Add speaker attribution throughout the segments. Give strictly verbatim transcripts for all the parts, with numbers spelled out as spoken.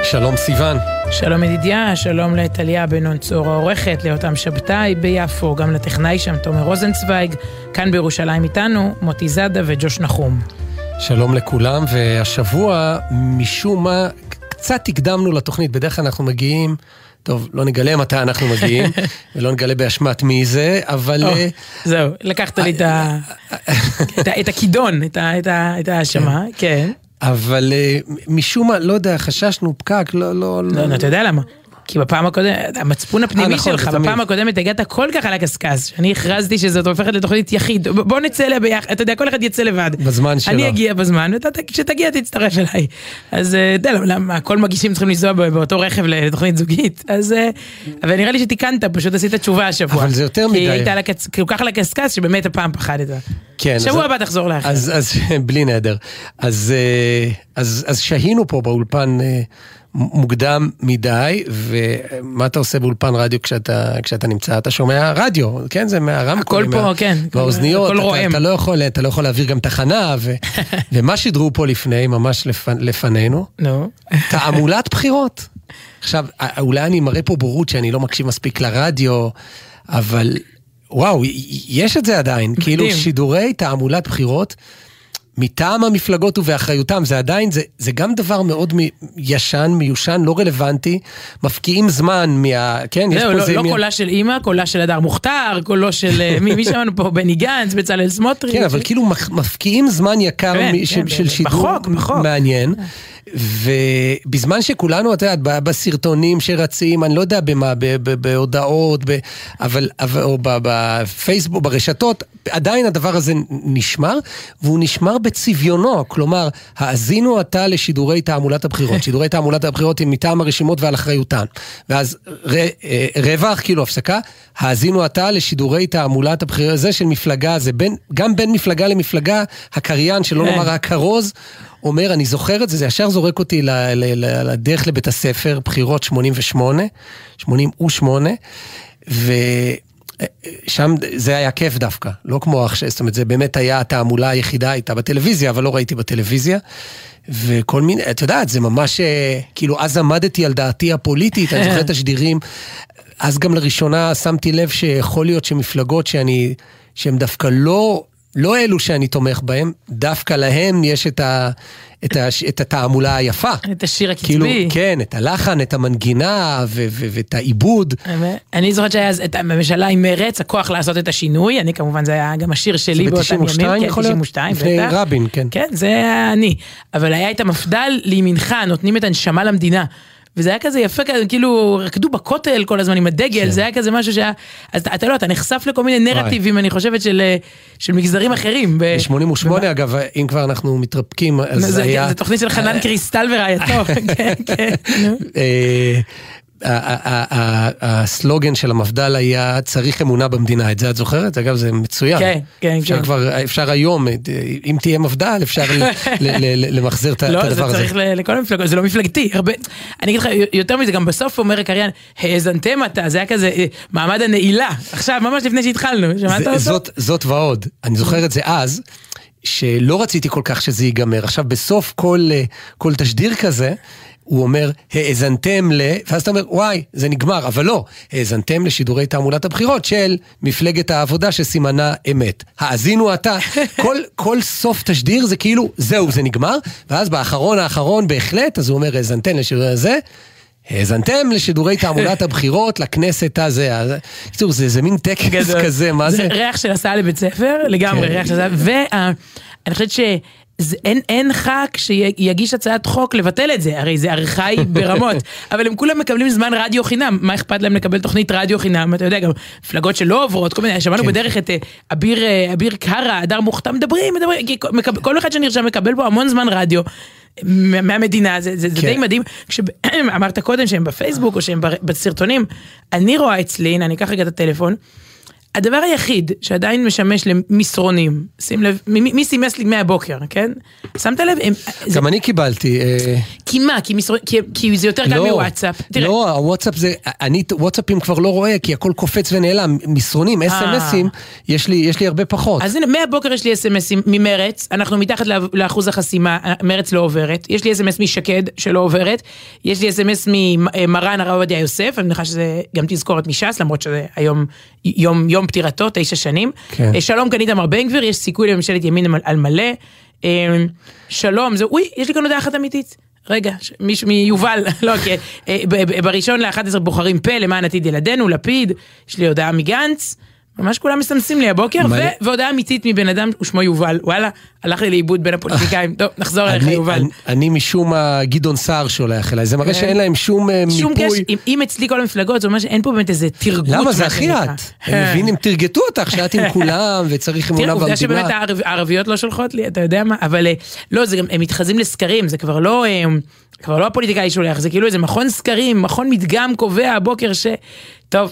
Speaker 1: שלום סיוון.
Speaker 2: שלום ידידיה, שלום לטליה בן צור העורכת, לאותם שבתאי ביפו, גם לטכנאי שם תומר רוזנצוויג, כאן בירושלים איתנו, מוטי זאדה וג'וש נחום.
Speaker 1: שלום לכולם, והשבוע משום מה קצת הקדמנו לתוכנית, בדרך כלל אנחנו מגיעים, טוב, לא נגלה מתי אנחנו מגיעים, ולא נגלה באשמת מי זה, אבל...
Speaker 2: זהו, לקחת לי את הכידון, את האשמה, כן.
Speaker 1: אבל משום מה, לא יודע, חששנו פקק, לא, לא,
Speaker 2: לא. אתה יודע למה? כי בפעם הקודמת, המצפון הפנימי שלך, בפעם הקודמת הגעת כל כך על הקסקס, שאני הכרזתי שזאת הופכת לתוכנית יחיד, בוא נצא לה ביחד, אתה יודע, כל אחד יצא לבד.
Speaker 1: בזמן שלו.
Speaker 2: אני אגיע בזמן, וכשתגיע תצטרף אליי. אז אתה יודע, למה, כל מגישים צריכים לנסוע באותו רכב לתוכנית זוגית, אז, אבל נראה לי שתיקנת, פשוט עשית תשובה השבוע.
Speaker 1: אבל זה יותר מדי.
Speaker 2: כי היית כל כך על הקסקס, שבאמת הפעם פחדת.
Speaker 1: כן.
Speaker 2: שבוע הבא תחזור לאחר.
Speaker 1: אז, אז, בלי נדר. אז, אז, אז שהינו פה באולפן מוקדם מדי, ומה אתה עושה באולפן רדיו כשאתה, כשאתה נמצא? אתה שומע רדיו, כן? זה מהרמקולים,
Speaker 2: הכל פה, כן.
Speaker 1: באוזניות, אתה, אתה לא יכול, אתה לא יכול להעביר גם תחנה, ו, ומה שדרו פה לפני, ממש לפ, לפנינו?
Speaker 2: נו.
Speaker 1: תעמולת בחירות. עכשיו, אולי אני מראה פה בורות שאני לא מקשיב מספיק לרדיו, אבל וואו, יש את זה עדיין, כאילו שידורי תעמולת בחירות, מטעם המפלגות ובאחריותם, זה עדיין, זה, זה גם דבר מאוד ישן, מיושן, לא רלוונטי, מפקיעים זמן מה... כן, יש פה
Speaker 2: לא,
Speaker 1: זה...
Speaker 2: לא
Speaker 1: מה...
Speaker 2: קולה של אימא, קולה של הדר מוכתר, קולו של... מי, מי שמענו פה? בני גנץ, בצלאל סמוטריץ'.
Speaker 1: כן, אבל כאילו מפקיעים זמן יקר כן, מ... כן, של שידור בחוק, בחוק. מעניין. ובזמן שכולנו, אתה יודע, בסרטונים שרצים, אני לא יודע במה, בהודעות, אבל, או בפייסבוק, ברשתות, עדיין הדבר הזה נשמר, והוא נשמר בצביונו, כלומר, האזינו אתה לשידורי תעמולת הבחירות, שידורי תעמולת הבחירות הם מטעם הרשימות ועל אחריותן, ואז רווח, כאילו הפסקה, האזינו אתה לשידורי תעמולת הבחירות, זה של מפלגה, זה בין, גם בין מפלגה למפלגה, הקריין, שלא לומר הכרוז, אומר, אני זוכר את זה, זה ישר זורק אותי לדרך לבית הספר, בחירות שמונים ושמונה, שמונים ושמונה, ושם זה היה כיף דווקא, לא כמו עכשיו, זאת אומרת, זה באמת היה התעמולה היחידה, הייתה בטלוויזיה, אבל לא ראיתי בטלוויזיה, וכל מיני, אתה יודעת, זה ממש, כאילו, אז עמדתי על דעתי הפוליטית, אני זוכר את השדירים, אז גם לראשונה שמתי לב שיכול להיות שמפלגות שאני, שהן דווקא לא... לא אלו שאני תומך בהם, דווקא להם יש את, ה, את, ה, את התעמולה היפה.
Speaker 2: את השיר הקצבי.
Speaker 1: כאילו, כן, את הלחן, את המנגינה ו, ו, ואת העיבוד.
Speaker 2: אני זוכרת שהיה את הממשלה עם מרץ, הכוח לעשות את השינוי, אני כמובן, זה היה גם השיר שלי באותם ימים. זה ב-תשעים ושתיים יכול להיות?
Speaker 1: לפני רבין, כן.
Speaker 2: כן, זה היה אני. אבל היה את המפדל לימינך, נותנים את הנשמה למדינה. וזה היה כזה יפה, כאילו, רקדו בכותל כל הזמן עם הדגל, כן. זה היה כזה משהו שהיה, אז אתה לא, אתה נחשף לכל מיני נרטיבים, אני חושבת, של, של מגזרים אחרים. ב-שמונים ושמונה,
Speaker 1: ב- אגב, אם כבר אנחנו מתרפקים, אז
Speaker 2: זה,
Speaker 1: היה...
Speaker 2: זה תוכנית של חנן קריסטל ורעייתו, כן, כן.
Speaker 1: הסלוגן של המפדל היה צריך אמונה במדינה, את זה את זוכרת? אגב, זה מצוין.
Speaker 2: כן, כן,
Speaker 1: אפשר
Speaker 2: כן.
Speaker 1: כבר, אפשר היום, אם תהיה מפדל, אפשר למחזר את הדבר הזה.
Speaker 2: לא, זה צריך לכל המפלגות, זה לא מפלגתי. אני אגיד לך, יותר מזה, גם בסוף אומר הקריין, האזנתם אתה, זה היה כזה מעמד הנעילה. עכשיו, ממש לפני שהתחלנו, שמעת אותו?
Speaker 1: זאת ועוד. אני זוכר את זה אז, שלא רציתי כל כך שזה ייגמר. עכשיו, בסוף כל תשדיר כזה, הוא אומר, האזנתם ל... ואז אתה אומר, וואי, זה נגמר, אבל לא. האזנתם לשידורי תעמולת הבחירות של מפלגת העבודה שסימנה אמת. האזינו אתה. כל, כל סוף תשדיר זה כאילו, זהו, זה נגמר. ואז באחרון האחרון בהחלט, אז הוא אומר, האזנתם לשידורי הזה, האזנתם לשידורי תעמולת הבחירות, לכנסת הזה. קצור, זה, זה מין טקס כזה, מה זה?
Speaker 2: זה ריח של הסעה לבית ספר, לגמרי ריח של הסעה, ואני חושבת ש... זה, אין, אין חק שיגיש הצעת חוק לבטל את זה, הרי זה ארכאי ברמות, אבל הם כולם מקבלים זמן רדיו חינם, מה אכפת להם לקבל תוכנית רדיו חינם, אתה יודע, גם מפלגות שלא עוברות, כל מיני, שמענו כן. בדרך את אביר, אביר קרה, הדר מוכתם, מדברים, מדברים, כל אחד שנרשם מקבל בו המון זמן רדיו, מהמדינה, זה, זה, זה כן. די מדהים, כשאמרת קודם שהם בפייסבוק, או שהם בסרטונים, אני רואה אצלי, אני אקח רגע את הטלפון, הדבר היחיד שעדיין משמש למסרונים, שים לב, מי סימס לי מהבוקר, כן? שמת לב?
Speaker 1: גם אני קיבלתי.
Speaker 2: כי מה? כי זה יותר קל מוואטסאפ.
Speaker 1: לא, הוואטסאפ זה, אני וואטסאפים כבר לא רואה, כי הכל קופץ ונעלם. מסרונים, אס אם אסים, יש לי הרבה פחות.
Speaker 2: אז הנה, מהבוקר יש לי אס אם אסים ממרץ, אנחנו מתחת לאחוז החסימה, מרץ לא עוברת, יש לי אס אם אס משקד שלא עוברת, יש לי אס אם אס ממרן הרב עובדיה יוסף, אני מניחה שזה גם תזכורת מש"ס, למרות שזה היום יום יום פטירתו, תשע שנים. כן. שלום כאן איתמר בן גביר, יש סיכוי לממשלת ימין על מלא. שלום, זה, אוי, יש לי כאן הודעה אחת אמיתית. רגע, מישהו מיובל, לא, כי בראשון לאחד עשר בוחרים פה למען עתיד ילדינו, לפיד, יש לי הודעה מגנץ, ממש כולם מסמסים לי הבוקר, והודעה אמיתית מבן אדם, ושמו יובל, וואלה, הלך לי לאיבוד בין הפוליטיקאים, טוב, נחזור אליך יובל.
Speaker 1: אני משום גדעון סער שולח אליי, זה מראה שאין להם שום מיפוי.
Speaker 2: אם אצלי כל המפלגות, זה אומר שאין פה באמת איזה תרגות.
Speaker 1: למה זה הכי את? הם מבינים, תרגטו אותך, שאת עם כולם, וצריך אמונה במדינה.
Speaker 2: תראה, עובדה שבאמת הערביות לא שולחות לי, אתה יודע מה, אבל לא, הם מתחזים לסקרים, זה כבר לא... כבר לא הפוליטיקאי שולח, זה כאילו איזה מכון סקרים, מכון מדגם קובע הבוקר ש... טוב,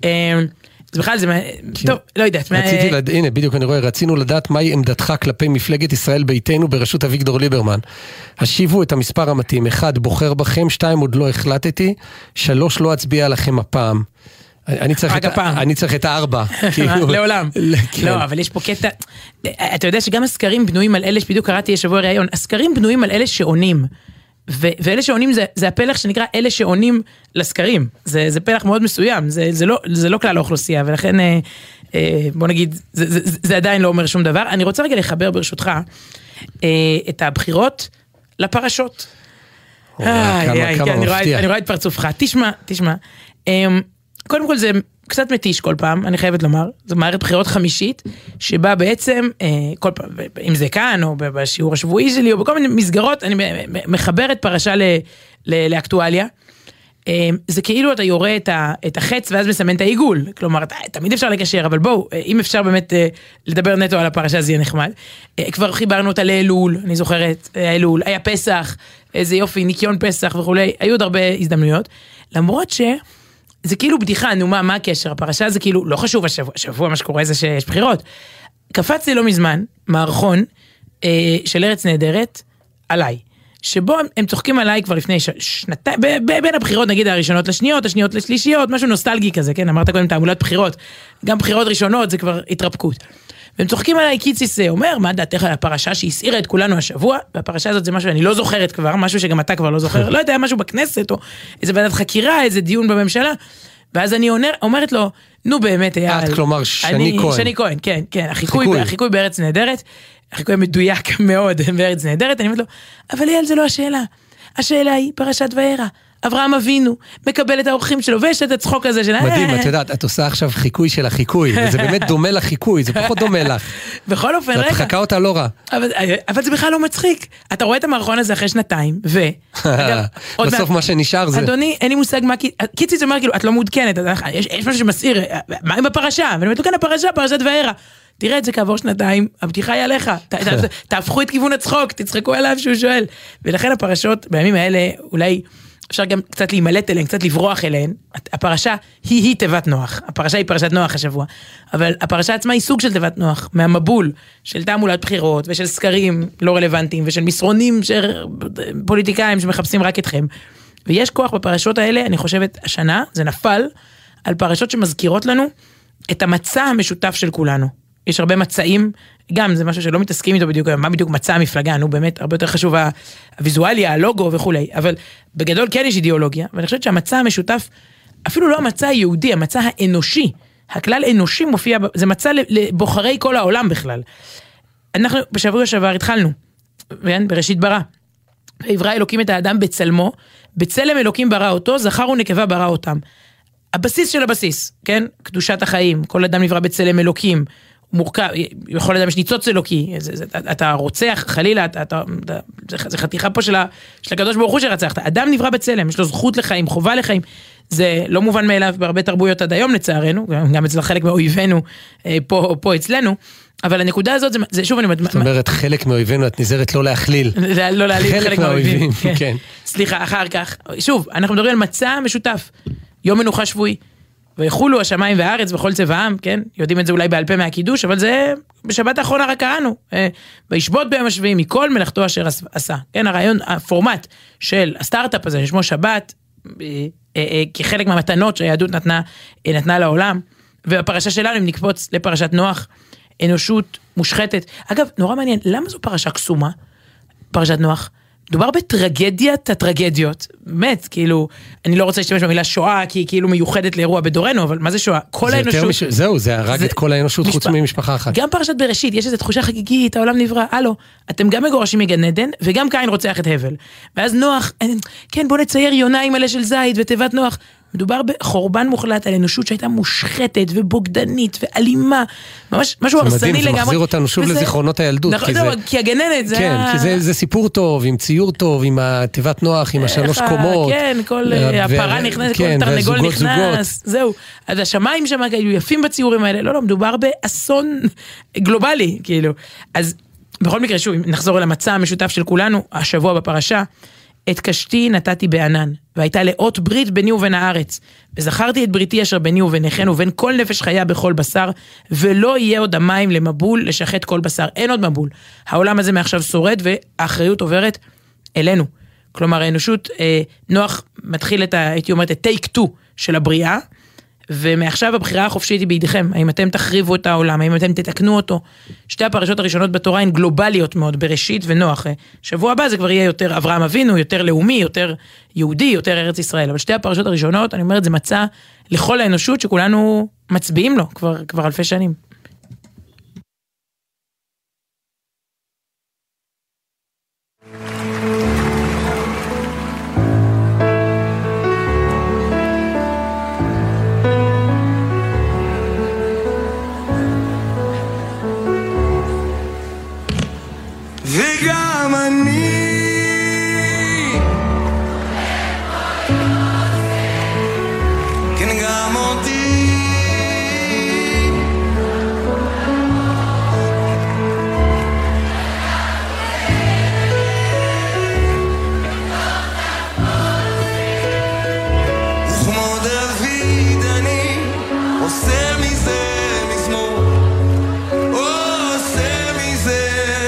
Speaker 2: אז בכלל זה... טוב, לא יודעת.
Speaker 1: רציתי לדעת, הנה, בדיוק אני רואה, רצינו לדעת מהי עמדתך כלפי מפלגת ישראל ביתנו בראשות אביגדור ליברמן. השיבו את המספר המתאים, אחד, בוחר בכם, שתיים, עוד לא החלטתי, שלוש, לא אצביע לכם הפעם. אני צריך, את, אני צריך את הארבע.
Speaker 2: לעולם. לא, אבל יש פה קטע, אתה יודע שגם הסקרים בנויים על אלה, שבדיוק קראתי השבוע ראיון, הסקרים בנויים על אלה שעונים. ואלה שעונים זה, זה הפלח שנקרא אלה שעונים לסקרים. זה, זה פלח מאוד מסוים, זה, זה לא, זה לא כלל האוכלוסייה, ולכן, אה, אה, בוא נגיד, זה, זה, זה עדיין לא אומר שום דבר. אני רוצה רגע לחבר ברשותך, אה, את הבחירות לפרשות.
Speaker 1: או, אה, כמה, איי, כמה
Speaker 2: כן,
Speaker 1: מפתיע.
Speaker 2: אני רואה, אני רואה את פרצופך. תשמע, תשמע. אה, קודם כל זה קצת מתיש כל פעם, אני חייבת לומר, זו מערכת בחירות חמישית, שבה בעצם, כל פעם, אם זה כאן, או בשיעור השבועי שלי, או בכל מיני מסגרות, אני מחברת פרשה לאקטואליה, זה כאילו אתה יורה את החץ, ואז מסמן את העיגול, כלומר, תמיד אפשר לקשר, אבל בואו, אם אפשר באמת לדבר נטו על הפרשה, זה יהיה נחמד. כבר חיברנו אותה לאלול, אני זוכרת, אלול, היה פסח, איזה יופי, ניקיון פסח וכולי, היו עוד הרבה הזדמנויות, למרות ש... זה כאילו בדיחה, נו מה, מה הקשר? הפרשה זה כאילו, לא חשוב השבוע, השבוע מה שקורה זה שיש בחירות. קפצתי לא מזמן, מערכון אה, של ארץ נהדרת, עליי, שבו הם, הם צוחקים עליי כבר לפני ש... שנתיים, ב, ב, בין הבחירות נגיד הראשונות לשניות, השניות לשלישיות, משהו נוסטלגי כזה, כן? אמרת קודם תעמולת בחירות, גם בחירות ראשונות זה כבר התרפקות. והם צוחקים עליי, קיציס אומר, מה דעתך על הפרשה שהסעירה את כולנו השבוע, והפרשה הזאת זה משהו שאני לא זוכרת כבר, משהו שגם אתה כבר לא זוכר, לא יודע, משהו בכנסת, או איזה ועדת חקירה, איזה דיון בממשלה, ואז אני אומרת לו, נו באמת, היה...
Speaker 1: את כלומר, שני כהן.
Speaker 2: שני כהן, כן, כן, החיקוי בארץ נהדרת, החיקוי מדויק מאוד בארץ נהדרת, אני אומרת לו, אבל אייל זה לא השאלה, השאלה היא פרשת וירא. אברהם אבינו, מקבל את האורחים שלו, ויש את הצחוק הזה של...
Speaker 1: מדהים, את יודעת, את עושה עכשיו חיקוי של החיקוי, וזה באמת דומה לחיקוי, זה פחות דומה לך.
Speaker 2: בכל אופן, רגע.
Speaker 1: את חכה אותה לא רע.
Speaker 2: אבל זה בכלל לא מצחיק. אתה רואה את המערכון הזה אחרי שנתיים, ו...
Speaker 1: בסוף מה שנשאר זה...
Speaker 2: אדוני, אין לי מושג מה... קיציס אומר, כאילו, את לא מעודכנת, יש משהו שמסעיר, מה עם הפרשה? ואני אומרת לו, כן, הפרשה, פרשת וירא. תראה את זה כעבור שנתיים, הבדיחה היא עליך, תהפכו את כיוון הצחוק, תצחקו עליו שהוא שואל. ולכן הפרשות, בימים האלה, אולי אפשר גם קצת להימלט אליהן, קצת לברוח אליהן. הפרשה היא היא תיבת נוח. הפרשה היא פרשת נוח השבוע. אבל הפרשה עצמה היא סוג של תיבת נוח, מהמבול של תעמולת בחירות, ושל סקרים לא רלוונטיים, ושל מסרונים של פוליטיקאים שמחפשים רק אתכם. ויש כוח בפרשות האלה, אני חושבת, השנה, זה נפל על פרשות שמזכירות לנו את המצע המשותף של כולנו. יש הרבה מצעים, גם זה משהו שלא מתעסקים איתו בדיוק, מה בדיוק מצע המפלגה, נו באמת, הרבה יותר חשוב הוויזואליה, הלוגו וכולי, אבל בגדול כן יש אידיאולוגיה, ואני חושבת שהמצע המשותף, אפילו לא המצע היהודי, המצע האנושי, הכלל אנושי מופיע, זה מצע לבוחרי כל העולם בכלל. אנחנו בשבוע שעבר התחלנו, בראשית ברא, ויברא אלוקים את האדם בצלמו, בצלם אלוקים ברא אותו, זכר ונקבה ברא אותם. הבסיס של הבסיס, כן? קדושת החיים, כל אדם נברא בצלם אלוקים, מורכב, יכול אדם יש ניצוץ אלוקי, זה, זה, אתה רוצח, חלילה, אתה, אתה, זה, זה חתיכה פה של, ה, של הקדוש ברוך הוא שרצחת, אדם נברא בצלם, יש לו זכות לחיים, חובה לחיים, זה לא מובן מאליו בהרבה תרבויות עד היום לצערנו, גם אצל חלק מאויבינו פה, פה אצלנו, אבל הנקודה הזאת, זה, זה שוב אני...
Speaker 1: זאת אומרת, חלק מאויבינו, את נזרת לא להכליל.
Speaker 2: לא להכליל חלק מהאויבים,
Speaker 1: כן.
Speaker 2: סליחה, אחר כך, שוב, אנחנו מדברים על מצע משותף, יום מנוחה שבועי, ויחולו השמיים והארץ וכל צבעם, כן? יודעים את זה אולי בעל פה מהקידוש, אבל זה בשבת האחרונה רק קראנו. וישבות ביום השביעי מכל מלאכתו אשר עשה. כן, הרעיון, הפורמט של הסטארט-אפ הזה, ששמו שבת, כחלק מהמתנות שהיהדות נתנה, נתנה לעולם, והפרשה שלנו, אם נקפוץ לפרשת נוח, אנושות מושחתת. אגב, נורא מעניין, למה זו פרשה קסומה? פרשת נוח? מדובר בטרגדיית הטרגדיות, באמת, כאילו, אני לא רוצה להשתמש במילה שואה, כי היא כאילו מיוחדת לאירוע בדורנו, אבל מה זה שואה? כל האנושות...
Speaker 1: מש... זהו, זה הרג זה... את כל האנושות משפ... חוץ ממשפחה אחת.
Speaker 2: גם פרשת בראשית, יש איזו תחושה חגיגית, העולם נברא, הלו, אתם גם מגורשים מגן עדן, וגם קין רוצח את הבל. ואז נוח, כן, בוא נצייר יוניים מלא של זית ותיבת נוח. מדובר בחורבן מוחלט על אנושות שהייתה מושחתת ובוגדנית ואלימה, ממש משהו הרסני לגמרי.
Speaker 1: זה מחזיר אותנו שוב וזה... לזיכרונות הילדות.
Speaker 2: נכון, כי, זה... כי הגננת זה...
Speaker 1: כן, כי זה, זה סיפור טוב, עם ציור טוב, עם התיבת נוח, עם השלוש קומות.
Speaker 2: כן, כל ו... הפרה נכנס, כן, כל תרנגול נכנס, זוגות. זהו. אז השמיים שם היו יפים בציורים האלה, לא, לא, מדובר באסון גלובלי, כאילו. אז בכל מקרה, שוב, נחזור אל המצע המשותף של כולנו, השבוע בפרשה, את קשתי נתתי בענן, והייתה לאות ברית ביני ובין הארץ, וזכרתי את בריתי אשר ביני וביניכן, ובין כל נפש חיה בכל בשר, ולא יהיה עוד המים למבול לשחט כל בשר, אין עוד מבול. העולם הזה מעכשיו שורד, והאחריות עוברת אלינו. כלומר, האנושות, אה, נוח מתחיל את, ה, הייתי אומרת, את טייק טו של הבריאה, ומעכשיו הבחירה החופשית היא בידיכם, האם אתם תחריבו את העולם, האם אתם תתקנו אותו. שתי הפרשות הראשונות בתורה הן גלובליות מאוד, בראשית ונוח. שבוע הבא זה כבר יהיה יותר אברהם אבינו, יותר לאומי, יותר יהודי, יותר ארץ ישראל. אבל שתי הפרשות הראשונות, אני אומרת, זה מצע לכל האנושות שכולנו מצביעים לו כבר, כבר אלפי שנים.
Speaker 3: וגם אני כן גם אותי וכמו דוד אני עושה מזה מזמור עושה מזה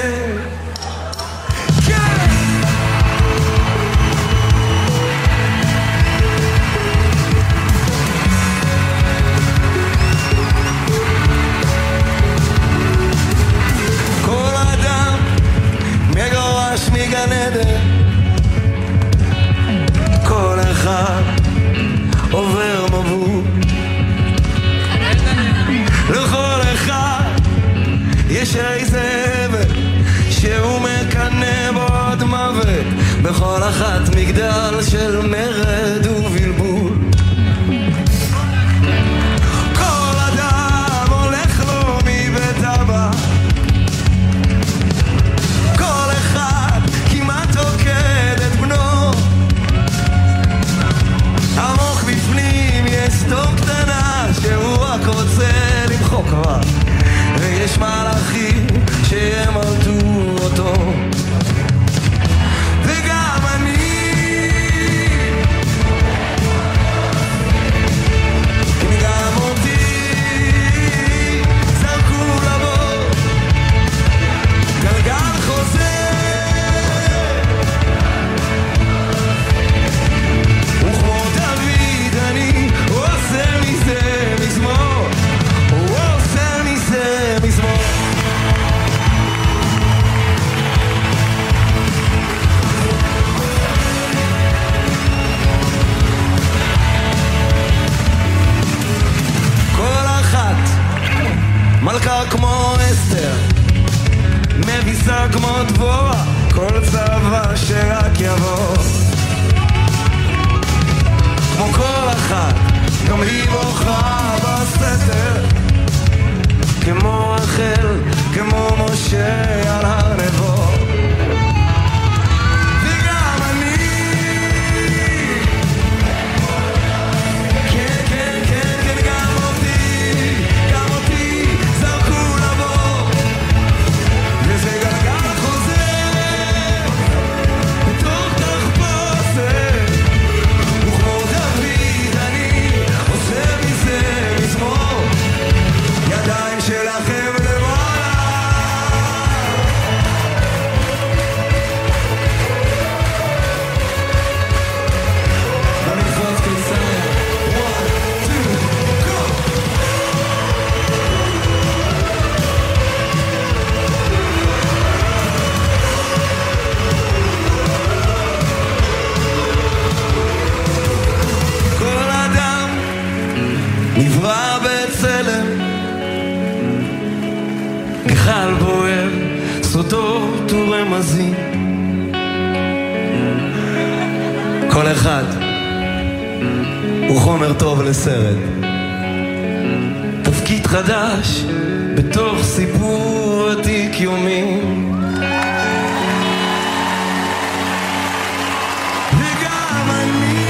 Speaker 3: מגן עדן כל אחד עובר מבול לכל אחד יש איזה עבד שהוא מקנה בעוד מוות בכל אחת מגדל של מרד ובלבול כל אדם הולך לו מבית אבא עמוק בפנים יש סתום קטנה שהוא רק רוצה למחוק כבר ויש מלאכים שימלטו אותו וגם אני מזין. כל אחד הוא חומר טוב לסרט, תפקיד חדש בתוך סיפור עתיק יומין. וגם אני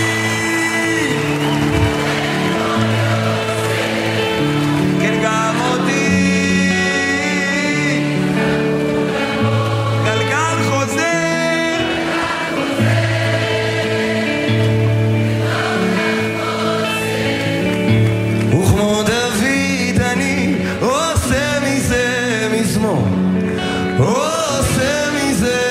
Speaker 3: כן, גם אותי גלגל חוזר, וכמו דוד אני עושה מזה מזמור, עושה מזה.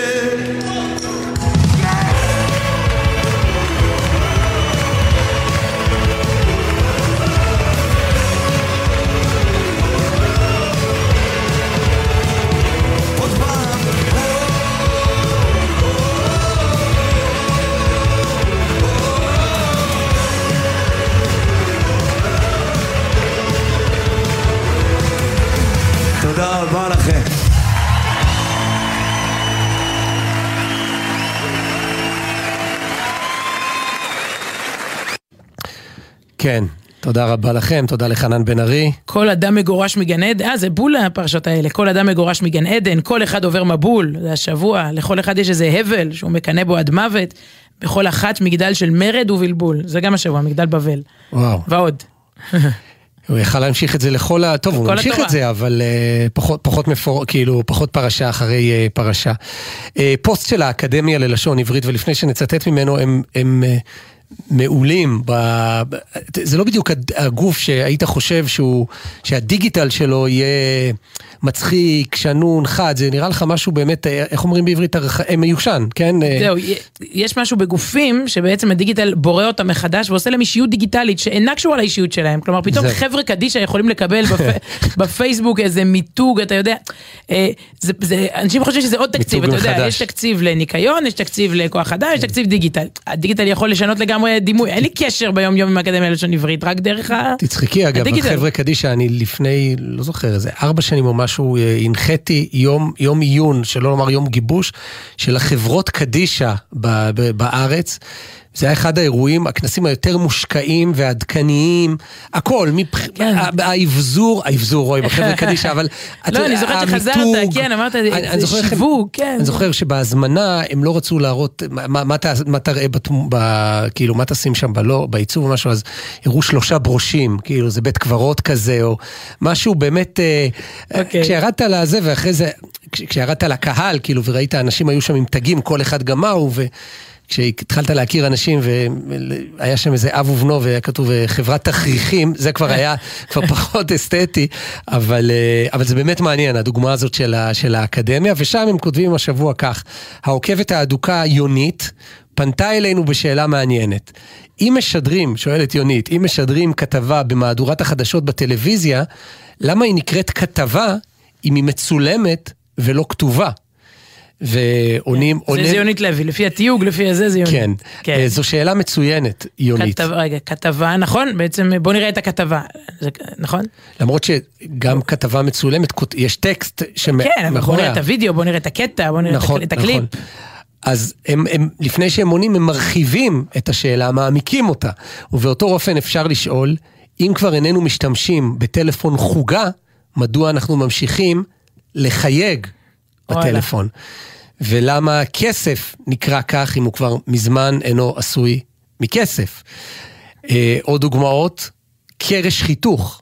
Speaker 3: עוד פעם, תודה רבה לכם.
Speaker 1: כן, תודה רבה לכם, תודה לחנן בן ארי.
Speaker 2: כל אדם מגורש מגן עדן, אה, זה בול הפרשות האלה, כל אדם מגורש מגן עדן, כל אחד עובר מבול, זה השבוע, לכל אחד יש איזה הבל שהוא מקנה בו עד מוות, בכל אחת מגדל של מרד ובלבול, זה גם השבוע, מגדל בבל.
Speaker 1: וואו.
Speaker 2: ועוד.
Speaker 1: הוא יכל להמשיך את זה לכל ה... טוב, הוא ממשיך את זה, אבל uh, פחות, פחות מפור... כאילו, פחות פרשה אחרי uh, פרשה. Uh, פוסט של האקדמיה ללשון עברית, ולפני שנצטט ממנו, הם... הם uh, מעולים, ב... זה לא בדיוק הגוף שהיית חושב שהוא, שהדיגיטל שלו יהיה מצחיק, שנון, חד, זה נראה לך משהו באמת, איך אומרים בעברית, מיושן, כן?
Speaker 2: זהו, יש משהו בגופים שבעצם הדיגיטל בורא אותם מחדש ועושה להם אישיות דיגיטלית שאינה קשורה לאישיות שלהם, כלומר פתאום זה... חבר'ה קדישה יכולים לקבל בפ... בפייסבוק איזה מיתוג, אתה יודע, זה, זה, אנשים חושבים שזה עוד תקציב, אתה יודע, יש תקציב לניקיון, יש תקציב לכוח אדם, יש תקציב דיגיטל, הדיגיטל יכול לשנות לגמרי דימוי, אין לי קשר ביום יום עם האקדמיה ללשון עברית, רק דרך ה...
Speaker 1: תצחקי אגב, חבר'ה קדישה, אני לפני, לא זוכר, איזה ארבע שנים או משהו, הנחיתי יום, יום עיון, שלא לומר יום גיבוש, של החברות קדישה בארץ, זה היה אחד האירועים, הכנסים היותר מושקעים ועדכניים, הכל, האבזור, האבזור, רואים, החבר'ה קדישה, אבל...
Speaker 2: לא, אני זוכרת שחזרת, כן, אמרת, זה שיווק, כן.
Speaker 1: אני זוכר שבהזמנה הם לא רצו להראות, מה תראה, כאילו, מה תשים שם בעיצוב או משהו, אז הראו שלושה ברושים, כאילו, זה בית קברות כזה, או משהו באמת, כשירדת לזה, ואחרי זה, כשירדת לקהל, כאילו, וראית, האנשים היו שם עם תגים, כל אחד גם מהו, ו... כשהתחלת להכיר אנשים והיה שם איזה אב ובנו והיה כתוב חברת תכריכים, זה כבר היה כבר פחות אסתטי, אבל, אבל זה באמת מעניין, הדוגמה הזאת של, של האקדמיה, ושם הם כותבים השבוע כך, העוקבת האדוקה יונית פנתה אלינו בשאלה מעניינת. אם משדרים, שואלת יונית, אם משדרים כתבה במהדורת החדשות בטלוויזיה, למה היא נקראת כתבה אם היא מצולמת ולא כתובה? ועונים...
Speaker 2: זה יונית לוי, לפי התיוג, לפי הזה זה יונית.
Speaker 1: כן, זו שאלה מצוינת, יונית.
Speaker 2: רגע, כתבה, נכון? בעצם בוא נראה את הכתבה, נכון?
Speaker 1: למרות שגם כתבה מצולמת, יש טקסט שמאחוריה.
Speaker 2: כן, בוא נראה את הוידאו, בוא נראה את הקטע, בוא נראה את הקליפ.
Speaker 1: אז הם, הם, לפני שהם עונים, הם מרחיבים את השאלה, מעמיקים אותה. ובאותו אופן אפשר לשאול, אם כבר איננו משתמשים בטלפון חוגה, מדוע אנחנו ממשיכים לחייג בטלפון? ולמה כסף נקרא כך, אם הוא כבר מזמן אינו עשוי מכסף? אה, עוד דוגמאות, קרש חיתוך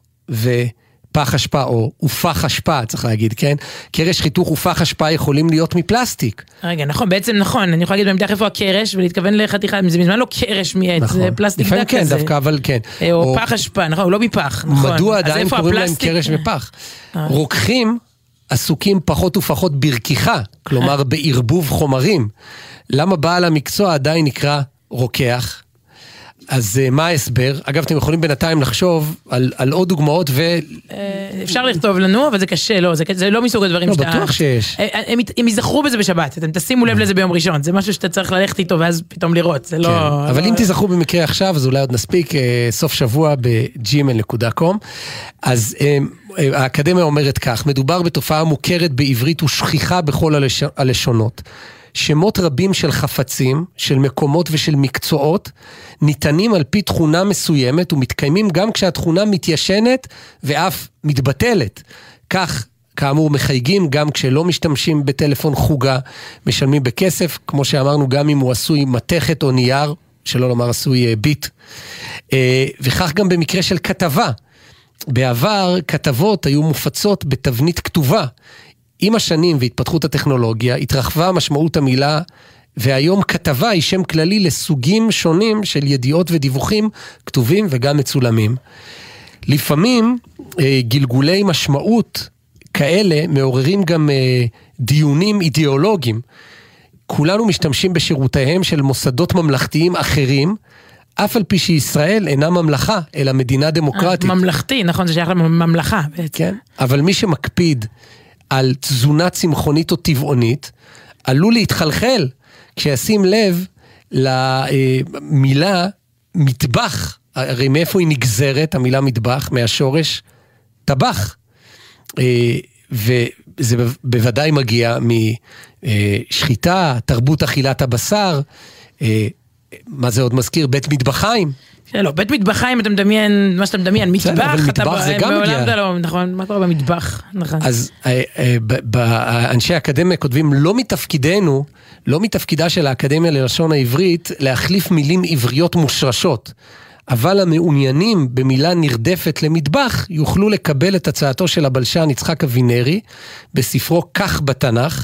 Speaker 1: ופח אשפה, או ופח אשפה, צריך להגיד, כן? קרש חיתוך ופח אשפה יכולים להיות מפלסטיק.
Speaker 2: רגע, נכון, בעצם נכון, אני יכולה להגיד במדח איפה הקרש, ולהתכוון לחתיכה, זה מזמן לא קרש מעץ, נכון. זה פלסטיק דק
Speaker 1: כן,
Speaker 2: כזה.
Speaker 1: דווקא, אבל כן.
Speaker 2: או, או פח אשפה, נכון, הוא לא מפח, נכון.
Speaker 1: מדוע עדיין קוראים להם קרש ופח? רוקחים, עסוקים פחות ופחות ברכיחה, כלומר בערבוב חומרים. למה בעל המקצוע עדיין נקרא רוקח? אז מה ההסבר? אגב, אתם יכולים בינתיים לחשוב על, על עוד דוגמאות ו...
Speaker 2: אפשר לכתוב לנו, אבל זה קשה, לא, זה, זה לא מסוג הדברים
Speaker 1: לא,
Speaker 2: שאתה...
Speaker 1: לא, בטוח שיש.
Speaker 2: הם, הם יזכרו בזה בשבת, אתם תשימו לב לזה ביום ראשון, זה משהו שאתה צריך ללכת איתו ואז פתאום לראות, זה לא...
Speaker 1: כן, אבל
Speaker 2: לא...
Speaker 1: אם תזכרו במקרה עכשיו, אז אולי עוד נספיק סוף שבוע ב-ג'י אם אל נקודה קום. אז האקדמיה אומרת כך, מדובר בתופעה מוכרת בעברית ושכיחה בכל הלש... הלשונות. שמות רבים של חפצים, של מקומות ושל מקצועות, ניתנים על פי תכונה מסוימת, ומתקיימים גם כשהתכונה מתיישנת ואף מתבטלת. כך, כאמור, מחייגים גם כשלא משתמשים בטלפון חוגה, משלמים בכסף, כמו שאמרנו, גם אם הוא עשוי מתכת או נייר, שלא לומר עשוי ביט. וכך גם במקרה של כתבה. בעבר, כתבות היו מופצות בתבנית כתובה, עם השנים והתפתחות הטכנולוגיה, התרחבה משמעות המילה, והיום כתבה היא שם כללי לסוגים שונים של ידיעות ודיווחים כתובים וגם מצולמים. לפעמים גלגולי משמעות כאלה מעוררים גם דיונים אידיאולוגיים. כולנו משתמשים בשירותיהם של מוסדות ממלכתיים אחרים, אף על פי שישראל אינה ממלכה, אלא מדינה דמוקרטית.
Speaker 2: ממלכתי, נכון, זה שייך לממלכה בעצם. כן,
Speaker 1: אבל מי שמקפיד על תזונה צמחונית או טבעונית, עלול להתחלחל כשישים לב למילה מטבח, הרי מאיפה היא נגזרת, המילה מטבח, מהשורש טבח, וזה בוודאי מגיע משחיטה, תרבות אכילת הבשר, מה זה עוד מזכיר? בית מטבחיים.
Speaker 2: לא, בית מטבחיים אתה מדמיין, מה שאתה מדמיין, מטבח,
Speaker 1: מטבח זה גם מגיע.
Speaker 2: לא, נכון, מה קורה במטבח? נכון.
Speaker 1: אז אנשי האקדמיה כותבים, לא מתפקידנו, לא מתפקידה של האקדמיה ללשון העברית, להחליף מילים עבריות מושרשות, אבל המעוניינים במילה נרדפת למטבח, יוכלו לקבל את הצעתו של הבלשן יצחק אבינרי, בספרו כך בתנ"ך,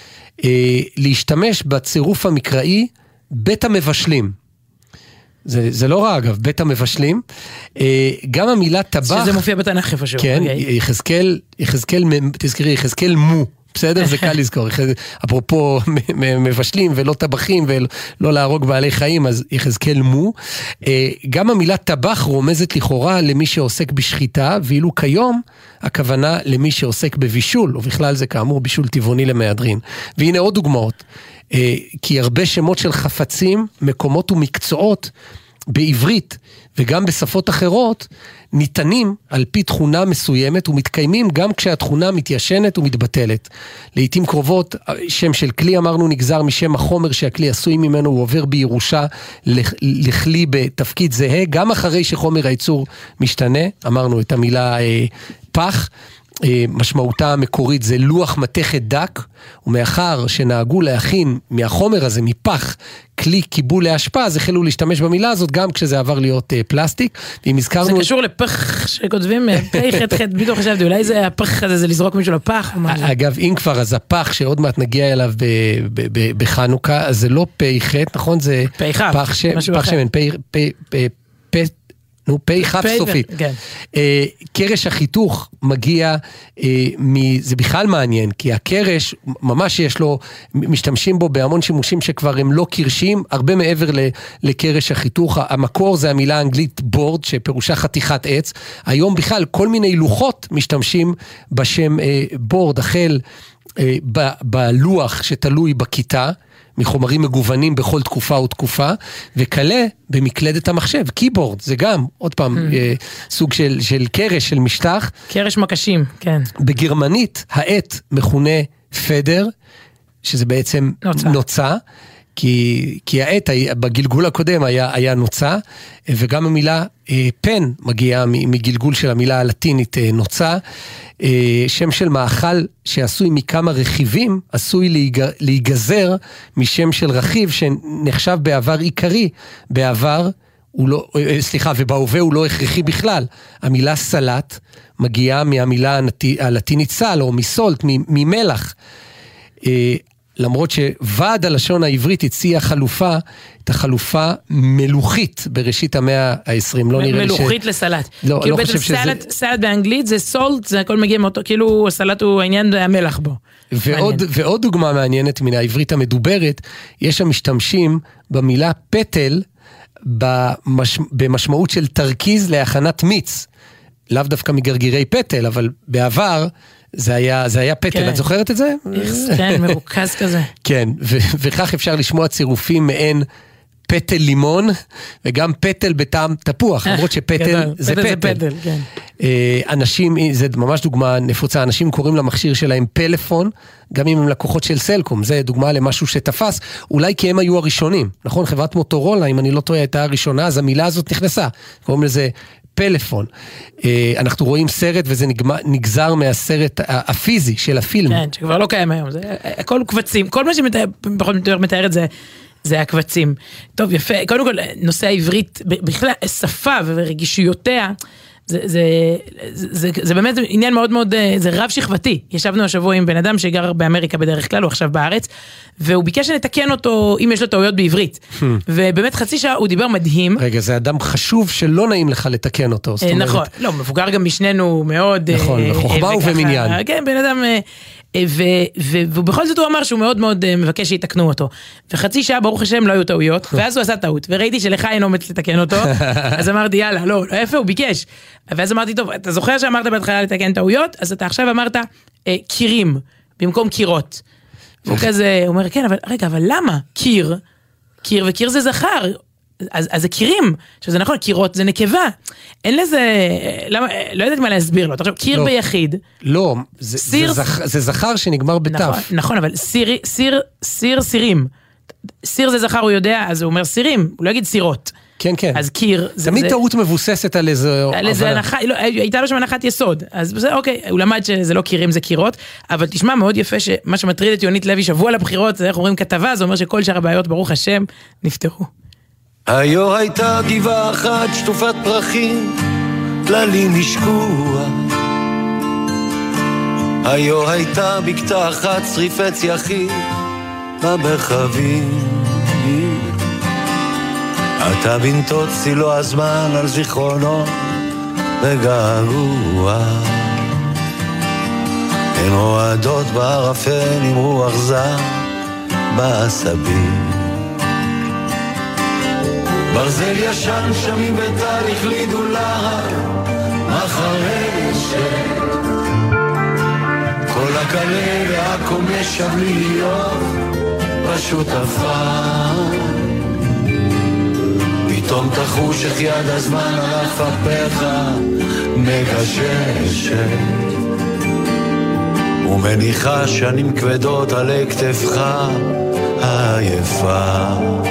Speaker 1: להשתמש בצירוף המקראי, בית המבשלים. זה, זה לא רע אגב, בית המבשלים, גם המילה טבח...
Speaker 2: שזה מופיע בתנ"ך איפשהו.
Speaker 1: כן, יחזקאל, יחזקאל, תזכרי, יחזקאל מו, בסדר? זה קל לזכור. אפרופו מבשלים ולא טבחים ולא להרוג בעלי חיים, אז יחזקאל מו. גם המילה טבח רומזת לכאורה למי שעוסק בשחיטה, ואילו כיום הכוונה למי שעוסק בבישול, ובכלל זה כאמור בישול טבעוני למהדרין. והנה עוד דוגמאות. כי הרבה שמות של חפצים, מקומות ומקצועות בעברית וגם בשפות אחרות ניתנים על פי תכונה מסוימת ומתקיימים גם כשהתכונה מתיישנת ומתבטלת. לעתים קרובות שם של כלי אמרנו נגזר משם החומר שהכלי עשוי ממנו, הוא עובר בירושה לכלי בתפקיד זהה, גם אחרי שחומר הייצור משתנה, אמרנו את המילה אה, פח, משמעותה המקורית זה לוח מתכת דק, ומאחר שנהגו להכין מהחומר הזה, מפח, כלי קיבול להשפעה, אז החלו להשתמש במילה הזאת, גם כשזה עבר להיות פלסטיק, ואם הזכרנו...
Speaker 2: זה קשור לפח שכותבים, פי חט חט, בדיוק חשבתי, אולי זה הפח הזה, זה לזרוק מישהו לפח או משהו.
Speaker 1: אגב, אם כבר, אז הפח שעוד מעט נגיע אליו בחנוכה, אז זה לא פי חט, נכון? זה פח שמן, פי... נו, פי חף סופית. כן. אה, קרש החיתוך מגיע, אה, מ, זה בכלל מעניין, כי הקרש, ממש יש לו, משתמשים בו בהמון שימושים שכבר הם לא קרשים, הרבה מעבר ל, לקרש החיתוך. המקור זה המילה האנגלית בורד, שפירושה חתיכת עץ. היום בכלל כל מיני לוחות משתמשים בשם אה, בורד, החל אה, ב, בלוח שתלוי בכיתה, מחומרים מגוונים בכל תקופה ותקופה, וכלה במקלדת המחשב, קיבורד, זה גם, עוד פעם, סוג של, של קרש, של משטח.
Speaker 2: קרש מקשים, כן.
Speaker 1: בגרמנית, העט מכונה פדר, שזה בעצם נוצה, נוצה כי, כי העט בגלגול הקודם היה, היה נוצה, וגם המילה פן מגיעה מגלגול של המילה הלטינית נוצה, שם של מאכל שעשוי מכמה רכיבים, עשוי להיגזר משם של רכיב שנחשב בעבר עיקרי, בעבר הוא לא, סליחה, ובהווה הוא לא הכרחי בכלל. המילה סלט מגיעה מהמילה הלטינית סל, או מסולט, ממלח. למרות שוועד הלשון העברית הציע חלופה, את החלופה מלוכית בראשית המאה העשרים, לא נראה לי ש...
Speaker 2: מלוכית לסלט.
Speaker 1: לא,
Speaker 2: כאילו
Speaker 1: לא חושב שזה...
Speaker 2: סלט, סלט באנגלית זה סולט, זה הכל מגיע מאותו, כאילו הסלט הוא העניין המלח בו.
Speaker 1: ועוד, ועוד דוגמה מעניינת מן העברית המדוברת, יש שם משתמשים במילה פטל, במש... במשמעות של תרכיז להכנת מיץ, לאו דווקא מגרגירי פטל, אבל בעבר זה היה, זה היה פטל, כן. את זוכרת את זה?
Speaker 2: כן, מרוכז כזה.
Speaker 1: כן, ו... וכך אפשר לשמוע צירופים מעין פטל לימון, וגם פטל בטעם תפוח, למרות שפטל זה פטל. פטל, כן. אנשים, זה ממש דוגמה נפוצה, אנשים קוראים למכשיר שלהם פלאפון, גם אם הם לקוחות של סלקום, זה דוגמה למשהו שתפס, אולי כי הם היו הראשונים, נכון? חברת מוטורולה, אם אני לא טועה, הייתה הראשונה, אז המילה הזאת נכנסה, קוראים לזה פלאפון. אנחנו רואים סרט, וזה נגזר מהסרט הפיזי של הפילם.
Speaker 2: כן, שכבר לא קיים היום, זה הכל קבצים, כל מה שמתאר את זה, זה הקבצים. טוב, יפה. קודם כל, נושא העברית, בכלל, שפה ורגישויותיה, זה, זה, זה, זה, זה באמת עניין מאוד מאוד, זה רב שכבתי. ישבנו השבוע עם בן אדם שגר באמריקה בדרך כלל, הוא עכשיו בארץ, והוא ביקש שנתקן אותו, אם יש לו טעויות בעברית. ובאמת חצי שעה הוא דיבר מדהים.
Speaker 1: רגע, זה אדם חשוב שלא נעים לך לתקן אותו.
Speaker 2: נכון, לא, מבוגר גם משנינו מאוד.
Speaker 1: נכון, בחוכמה ובמניין.
Speaker 2: כן, בן אדם... ובכל זאת הוא אמר שהוא מאוד מאוד מבקש שיתקנו אותו. וחצי שעה ברוך השם לא היו טעויות, ואז הוא עשה טעות, וראיתי שלך אין אומץ לתקן אותו, אז אמרתי יאללה, לא, איפה הוא ביקש. ואז אמרתי טוב, אתה זוכר שאמרת בהתחלה לתקן טעויות, אז אתה עכשיו אמרת קירים, במקום קירות. והוא כזה, הוא אומר כן, אבל רגע, אבל למה? קיר, קיר וקיר זה זכר, אז, אז זה קירים, שזה נכון, קירות זה נקבה, אין לזה, למה, לא יודעת מה להסביר לו, אתה חושב, קיר
Speaker 1: לא,
Speaker 2: ביחיד.
Speaker 1: לא, זה, סיר, זה, זכ, זה זכר שנגמר בתף.
Speaker 2: נכון, נכון, אבל סיר, סיר, סיר, סירים. סיר זה זכר, הוא יודע, אז הוא אומר סירים, הוא לא יגיד סירות.
Speaker 1: כן, כן.
Speaker 2: אז קיר...
Speaker 1: תמיד
Speaker 2: זה,
Speaker 1: טעות מבוססת על איזה...
Speaker 2: על איזה הנחה, לא, הייתה לו שם הנחת יסוד, אז בסדר, אוקיי, הוא למד שזה לא קירים, זה קירות, אבל תשמע מאוד יפה שמה שמטריד את יונית לוי שבוע לבחירות, זה איך אומרים כתבה, זה אומר שכל שאר הבעיות, ברוך השם, נפתרו.
Speaker 3: היו הייתה גבעה אחת שטופת פרחים, כללים לשקוע. היו הייתה בקתה אחת שריפת יחיד במרחבים. אתה בנתוצי לו הזמן על זיכרונו וגעגוע. הן רועדות בערפל עם רוח זר בעשבים. ברזל ישן שמים בתהליך לידולה מחרשת. כל הקלה והקומש שם להיות פשוט עפר. פתאום תחוש איך יד הזמן על אפך מגששת ומניחה שנים כבדות עלי כתפך העייפה.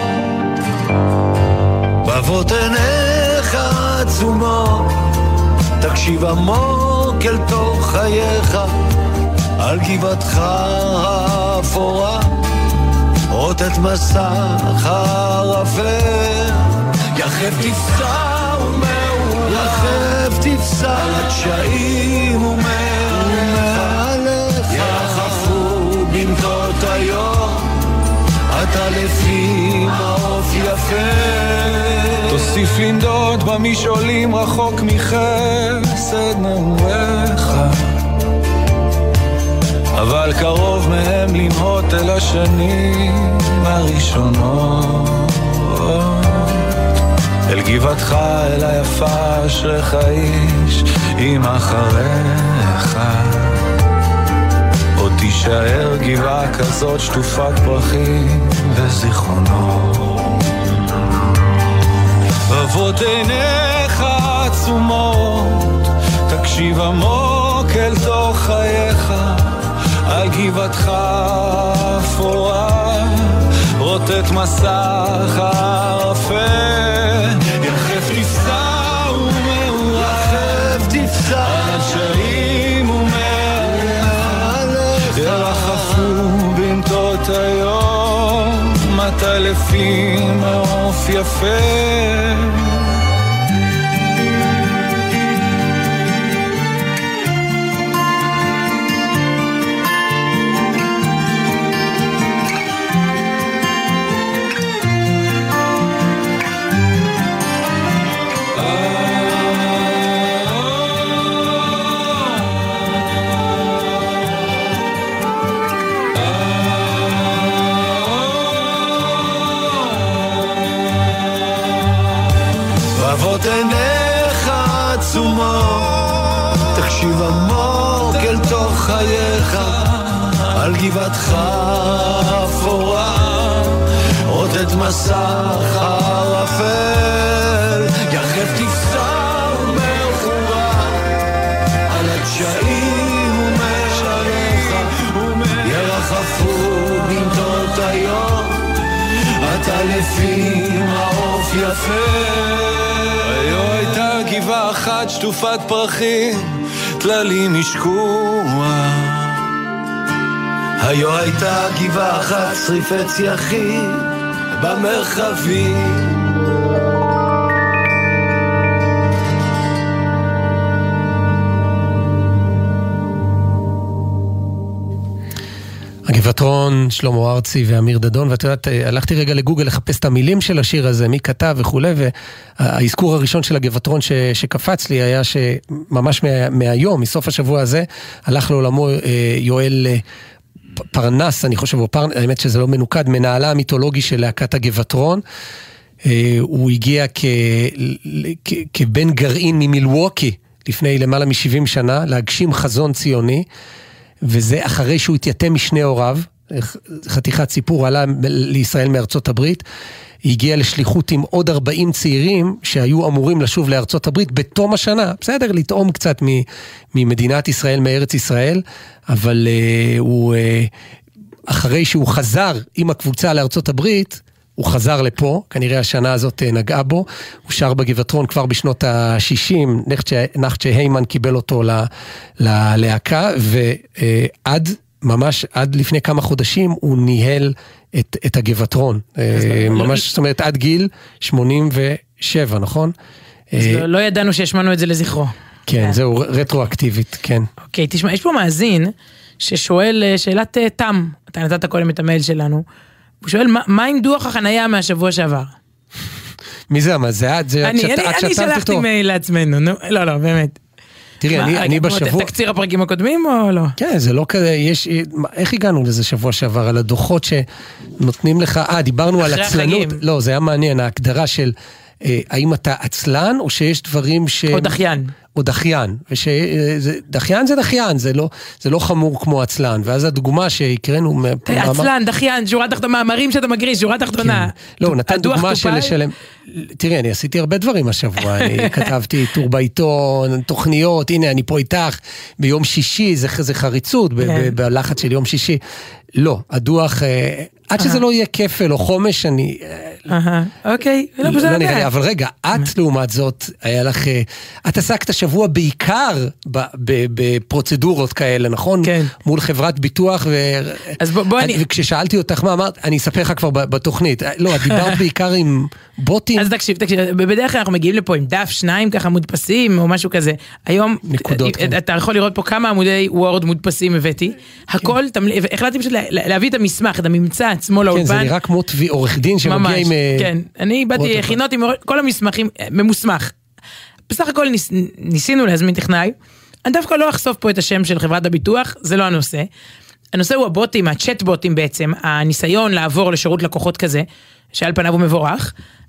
Speaker 3: בבות עיניך עצומות תקשיב עמוק אל תוך חייך על גבעתך האפורה רוטט מסך הערפל. יחף תפסע ומעורר יחף תפסע על הקשיים ומעליך יחפו במתות היום אתה לפי מעוף יפה. תוסיף לנדוד במשעולים רחוק מחסד נעוריך אבל קרוב מהם לנהות אל השנים הראשונות. אל גבעתך אל היפה אשריך איש עם אחריך עוד תישאר גבעה כזאת שטופת פרחים וזיכרונות. בבות עיניך עצומות תקשיב עמוק אל תוך חייך על גבעתך אפורה רוטט מסך הערפל. יחף תפסע ומעורר יחף תפסע על השעים ומעליך ירחפו במתות היום מתי לפי מעוף יפה. יפות עיניך עצומות, תקשיב עמוק אל תוך חייך, על גבעתך אפורה, עוד את מסך הערפל, יחף תפסר מאחורה, על הדשאים ומעליך, ירחפו בנתות היום, אתה לפי מעוף יפה. היו הייתה גבעה אחת שטופת פרחים, תללים משקוע, היו הייתה גבעה אחת שריפת צייחים במרחבים.
Speaker 1: הגבעתרון, שלמה ארצי ואמיר דדון, ואת יודעת, הלכתי רגע לגוגל לחפש את המילים של השיר הזה, מי כתב וכו', והאזכור הראשון של הגבעתרון ש, שקפץ לי היה שממש מה, מהיום, מסוף השבוע הזה, הלך לעולמו יואל פרנס, אני חושב, פר... האמת שזה לא מנוקד, מנהלה המיתולוגי של להקת הגבעתרון, הוא הגיע כ... כ... כבן גרעין ממילווקי, לפני למעלה מ-שבעים שנה, להגשים חזון ציוני, וזה אחרי שהוא התייתם משני הוריו, חתיכת סיפור, עלה לישראל מארצות הברית, הגיע לשליחות עם עוד ארבעים צעירים שהיו אמורים לשוב לארצות הברית בתום השנה, בסדר, לטעום קצת ממדינת ישראל, מארץ ישראל, אבל uh, הוא, uh, אחרי שהוא חזר עם הקבוצה לארצות הברית, הוא חזר לפה, כנראה השנה הזאת נגעה בו, הוא שר בגבעתרון כבר בשנות ה-שישים, נחצ'ה היימן קיבל אותו ללהקה, ועד, ממש עד לפני כמה חודשים, הוא ניהל את, את הגבעתרון. ממש, זאת אומרת, עד גיל שמונים ושבע, נכון?
Speaker 2: אז לא, לא ידענו שהשמענו את זה לזכרו.
Speaker 1: כן, זהו, רטרואקטיבית, כן.
Speaker 2: אוקיי, תשמע, יש פה מאזין ששואל שאלת תם, אתה נתת קודם את המייל שלנו, הוא שואל, מה, מה עם דוח החנייה מהשבוע שעבר?
Speaker 1: מי זה? מה זה? את
Speaker 2: אני, אני, אני שלחתי מייל לעצמנו, נו, לא, לא, באמת.
Speaker 1: תראי, אני, אני בשבוע...
Speaker 2: תקציר הפרקים הקודמים או לא?
Speaker 1: כן, זה לא כזה, יש... איך הגענו לזה שבוע שעבר? על הדוחות שנותנים לך... אה, דיברנו על עצלנות. לא, זה היה מעניין, ההגדרה של... האם אתה עצלן, או שיש דברים ש...
Speaker 2: או דחיין.
Speaker 1: או דחיין. דחיין זה דחיין, זה לא, זה לא חמור כמו עצלן. ואז הדוגמה שהקראנו...
Speaker 2: עצלן, דחיין, שורה תחתונה, מאמרים שאתה מגריש, שורה תחתונה.
Speaker 1: לא, נתן דוגמה של לשלם... תראי, אני עשיתי הרבה דברים השבוע. אני כתבתי טור בעיתון, תוכניות, הנה, אני פה איתך, ביום שישי, זה חריצות, בלחץ של יום שישי. לא, הדוח... עד שזה לא יהיה כפל או חומש, אני...
Speaker 2: אוקיי, לא בסדר.
Speaker 1: אבל רגע, את לעומת זאת, היה לך... את עסקת שבוע בעיקר בפרוצדורות כאלה, נכון? כן. מול חברת ביטוח, וכששאלתי אותך מה אמרת, אני אספר לך כבר בתוכנית. לא, את דיברת בעיקר עם בוטים. אז
Speaker 2: תקשיב, תקשיב, בדרך כלל אנחנו מגיעים לפה עם דף, שניים ככה מודפסים, או משהו כזה. היום, אתה יכול לראות פה כמה עמודי וורד מודפסים הבאתי. הכל, החלטתי פשוט להביא את המסמך, את הממצא עצמו לאולפן.
Speaker 1: כן, זה נראה כמו עורך דין שמגיע עם...
Speaker 2: כן, אני באתי הכינות עם כל המסמכים, ממוסמך. בסך הכל ניסינו להזמין טכנאי, אני דווקא לא אחשוף פה את השם של חברת הביטוח, זה לא הנושא. הנושא הוא הבוטים, הצ'אט-בוטים בעצם, הניסיון לעבור לשירות לקוחות כזה, שעל פניו הוא מבורך,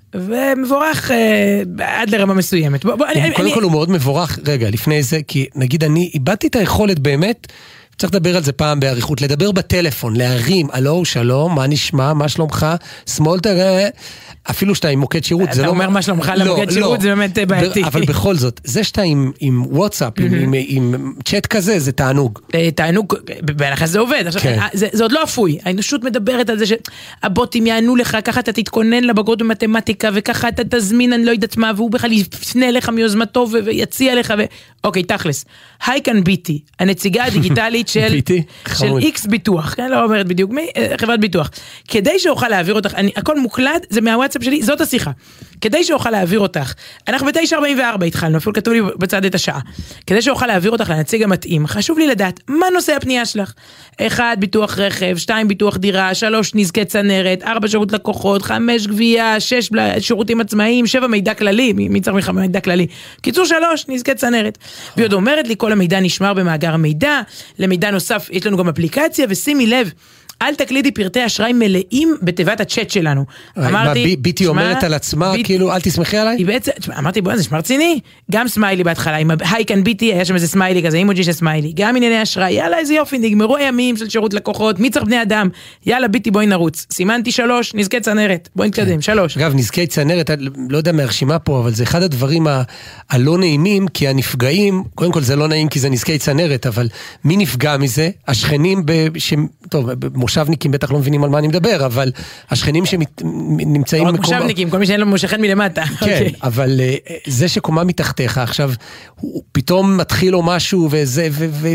Speaker 2: ומבורך עד לרמה מסוימת.
Speaker 1: קודם כל הוא מאוד מבורך, רגע, לפני זה, כי נגיד אני איבדתי את היכולת באמת, צריך לדבר על זה פעם בעריכות, לדבר בטלפון, להרים, אלו, שלום, מה נשמע, מה שלומך, שמאל תראה, אפילו שאתה עם מוקד שירות, זה לא...
Speaker 2: אתה אומר מה שלומך למוקד שירות, זה באמת בעייתי.
Speaker 1: אבל בכל זאת, זה שאתה עם וואטסאפ, עם צ'אט כזה, זה תענוג.
Speaker 2: תענוג, בהנחה זה עובד. זה עוד לא אפוי, האנושות מדברת על זה שהבוטים יענו לך, ככה אתה תתכונן לבגרות במתמטיקה, וככה אתה תזמין, אני לא יודעת מה, והוא בכלל יפנה לך מיוזמתו ויציע לך, אוקיי, תכלס. היי כאן ביטי, הנציגה הדיגיטלית של איקס ביטוח, כן, לא אומרת בדיוק, חברת ביטוח. כדי שאוכל להעביר אותך, הכל מוקלט, זה מהוואטסאפ שלי, זאת השיחה. כדי שאוכל להעביר אותך, אנחנו ב-תשע ארבעים וארבע התחלנו, אפילו כתוב לי בצד את השעה. כדי שאוכל להעביר אותך לנציג המתאים, חשוב לי לדעת מה נושא הפנייה שלך. אחד, ביטוח רכב, שתיים, ביטוח דירה, שלוש, נזקי צנרת, ארבע, שירות לקוחות, חמש, גבייה, שש, שירותים עצמאיים, שבע, מידע כללי, מי צריך לך מידע כללי? קיצור שלוש, נזקי צנרת. והיא עוד אומרת לי, כל המידע נשמר במאגר המידע, למידע נוסף, יש לנו גם אפליקציה, ושימי לב, אל תקלידי פרטי אשראי מלאים בתיבת הצ'אט שלנו. אמרתי,
Speaker 1: ביטי אומרת על עצמה, כאילו, אל תסמכי עליי?
Speaker 2: אמרתי, בוא, זה שמע רציני. גם סמיילי בהתחלה, עם היי כאן ביטי, היה שם איזה סמיילי כזה, אימוג'י של סמיילי. גם ענייני אשראי, יאללה, איזה יופי, נגמרו הימים של שירות לקוחות, מי צריך בני אדם? יאללה, ביטי, בואי נרוץ. סימנתי שלוש, נזקי צנרת. בואי נתקדם, שלוש.
Speaker 1: אגב, נזקי צנרת, לא יודע מהרשימה פה, אבל זה אחד הדברים הלא נעימים, כי הנפגעים, קודם כל זה לא נעים כי זה נזקי צנרת, אבל מי נפגע מזה? השכנים, ש... טוב, מושבניקים בטח לא מבינים על מה אני מדבר, אבל השכנים שנמצאים...
Speaker 2: רק מושבניקים, כל מי שאין לו מושכן מלמטה.
Speaker 1: כן, אבל זה שקומה מתחתיך, עכשיו, הוא פתאום מתחיל לו משהו, וזה,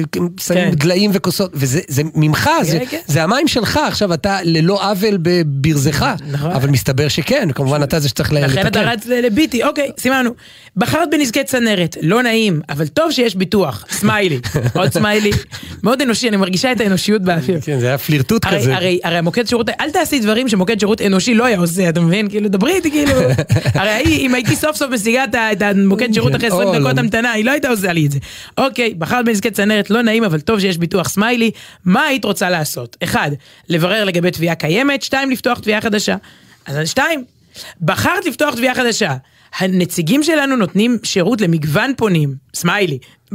Speaker 1: ושמים דליים וכוסות, וזה ממך, זה המים שלך, עכשיו אתה ללא עוול בברזך, אבל מסתבר שכן, כמובן אתה זה שצריך לתקן.
Speaker 2: לכן אתה רץ לביטי, אוקיי, סימנו. בחרת בנזקי צנרת, לא נעים, אבל טוב שיש ביטוח, סמיילי, עוד סמיילי, מאוד אנושי, אני מרגישה את האנושיות באוויר.
Speaker 1: כן, זה היה פלירטוט כזה.
Speaker 2: הרי, הרי המוקד שירות, אל תעשי דברים שמוקד שירות אנושי לא היה עושה, אתה מבין? כאילו, דברי איתי, כאילו, הרי אם הייתי סוף סוף משיגה את המוקד שירות אחרי עשרים דקות המתנה, היא לא הייתה עושה לי את זה. אוקיי, בחרת בנזקי צנרת, לא נעים, אבל טוב שיש ביטוח סמיילי, מה היית רוצה לעשות? אחד, לברר לגבי תביעה קיימת, שתיים, לפתוח תביעה חדשה. אז שתיים, בחרת לפתוח תביעה חדשה. הנציגים שלנו נותנים שירות למגוון פונים, סמיילי.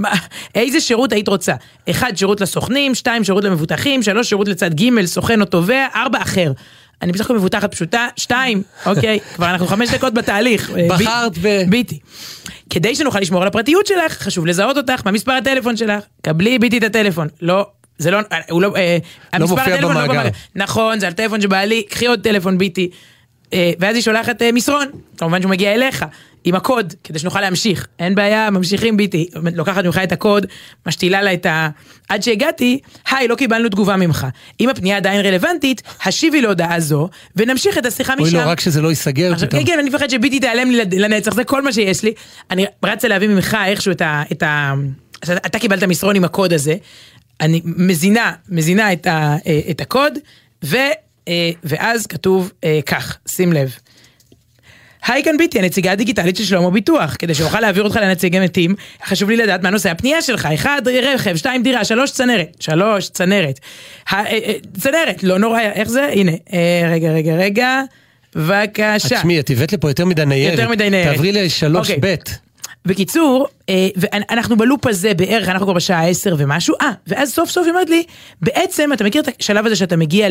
Speaker 2: איזה שירות היית רוצה? אחד, שירות לסוכנים, שתיים, שירות למבוטחים, שלוש, שירות לצד ג', סוכן או תובע, ארבע, אחר. אני בסך הכל מבוטחת פשוטה, שתיים, אוקיי, כבר אנחנו חמש דקות בתהליך.
Speaker 1: בחרת ב...
Speaker 2: ביטי. כדי שנוכל לשמור על הפרטיות שלך, חשוב לזהות אותך, מה מספר הטלפון שלך? קבלי ביטי את הטלפון. לא, זה לא, הוא לא,
Speaker 1: לא מופיע במאגר.
Speaker 2: נכון, זה על טלפון שבעלי, קחי עוד טלפון ביטי. ואז היא שולחת מסרון, כמובן שהוא מגיע אליך, עם הקוד, כדי שנוכל להמשיך. אין בעיה, ממשיכים ביטי. לוקחת ממך את הקוד, משתילה לה את ה... עד שהגעתי, היי, לא קיבלנו תגובה ממך. אם הפנייה עדיין רלוונטית, השיבי להודעה זו, ונמשיך את השיחה משם.
Speaker 1: אוי לא, רק שזה לא ייסגר.
Speaker 2: עכשיו, כן, כן, אני מפחד שביטי תיעלם לי לנצח, זה כל מה שיש לי. אני רצה להביא ממך איכשהו את ה... את ה... אתה קיבלת מסרון עם הקוד הזה, אני מזינה, מזינה את ה... את הקוד, ו... ואז כתוב כך, שים לב. היי כאן ביטי, הנציגה הדיגיטלית של שלמה ביטוח, כדי שאוכל להעביר אותך לנציגי מתים, חשוב לי לדעת מה נושא הפנייה שלך, אחד רכב, שתיים דירה, שלוש צנרת, שלוש צנרת, צנרת, לא נורא, איך זה? הנה, רגע, רגע, רגע, בבקשה.
Speaker 1: תשמעי, את הבאת לפה יותר מדי ניירת,
Speaker 2: יותר מדי ניירת.
Speaker 1: תעברי לשלוש בית.
Speaker 2: בקיצור, ואנחנו בלופ הזה בערך, אנחנו כבר בשעה עשר ומשהו, אה, ואז סוף סוף היא אומרת לי, בעצם, אתה מכיר את השלב הזה שאתה מגיע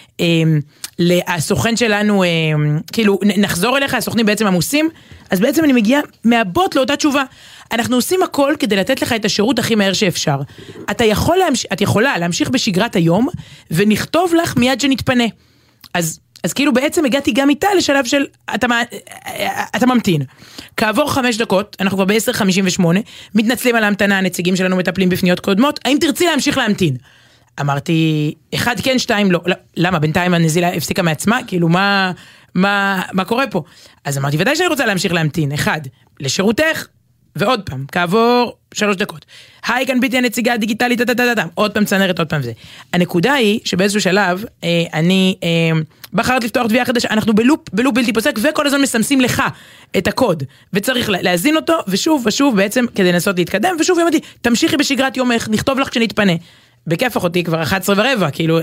Speaker 2: לסוכן שלנו, כאילו, נחזור אליך, הסוכנים בעצם עמוסים, אז בעצם אני מגיעה מהבוט לאותה תשובה. אנחנו עושים הכל כדי לתת לך את השירות הכי מהר שאפשר. אתה יכול להמשיך, את יכולה להמשיך בשגרת היום, ונכתוב לך מיד שנתפנה. אז... אז כאילו בעצם הגעתי גם איתה לשלב של, אתה, אתה ממתין. כעבור חמש דקות, אנחנו כבר ב-עשר חמישים ושמונה, מתנצלים על ההמתנה, הנציגים שלנו מטפלים בפניות קודמות, האם תרצי להמשיך להמתין? אמרתי, אחד כן, שתיים לא. למה? בינתיים הנזילה הפסיקה מעצמה? כאילו, מה, מה, מה קורה פה? אז אמרתי, ודאי שאני רוצה להמשיך להמתין. אחד, לשירותך, ועוד פעם, כעבור שלוש דקות. היי, כאן ביטי הנציגה הדיגיטלית, עוד פעם צנרת, עוד פעם זה. הנקודה היא שבאיזשהו שלב, אני בחרת לפתוח תביעה חדשה, אנחנו בלופ, בלופ בלתי פוסק, וכל הזמן מסמסים לך את הקוד, וצריך להזין אותו, ושוב ושוב בעצם, כדי לנסות להתקדם, ושוב אמרתי, תמשיכי בשגרת יומך, נכתוב לך כשנתפנה. בכיף אחותי כבר אחת עשרה ורבע, כאילו,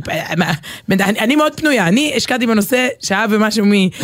Speaker 2: אני מאוד פנויה, אני השקעתי בנושא שעה ומשהו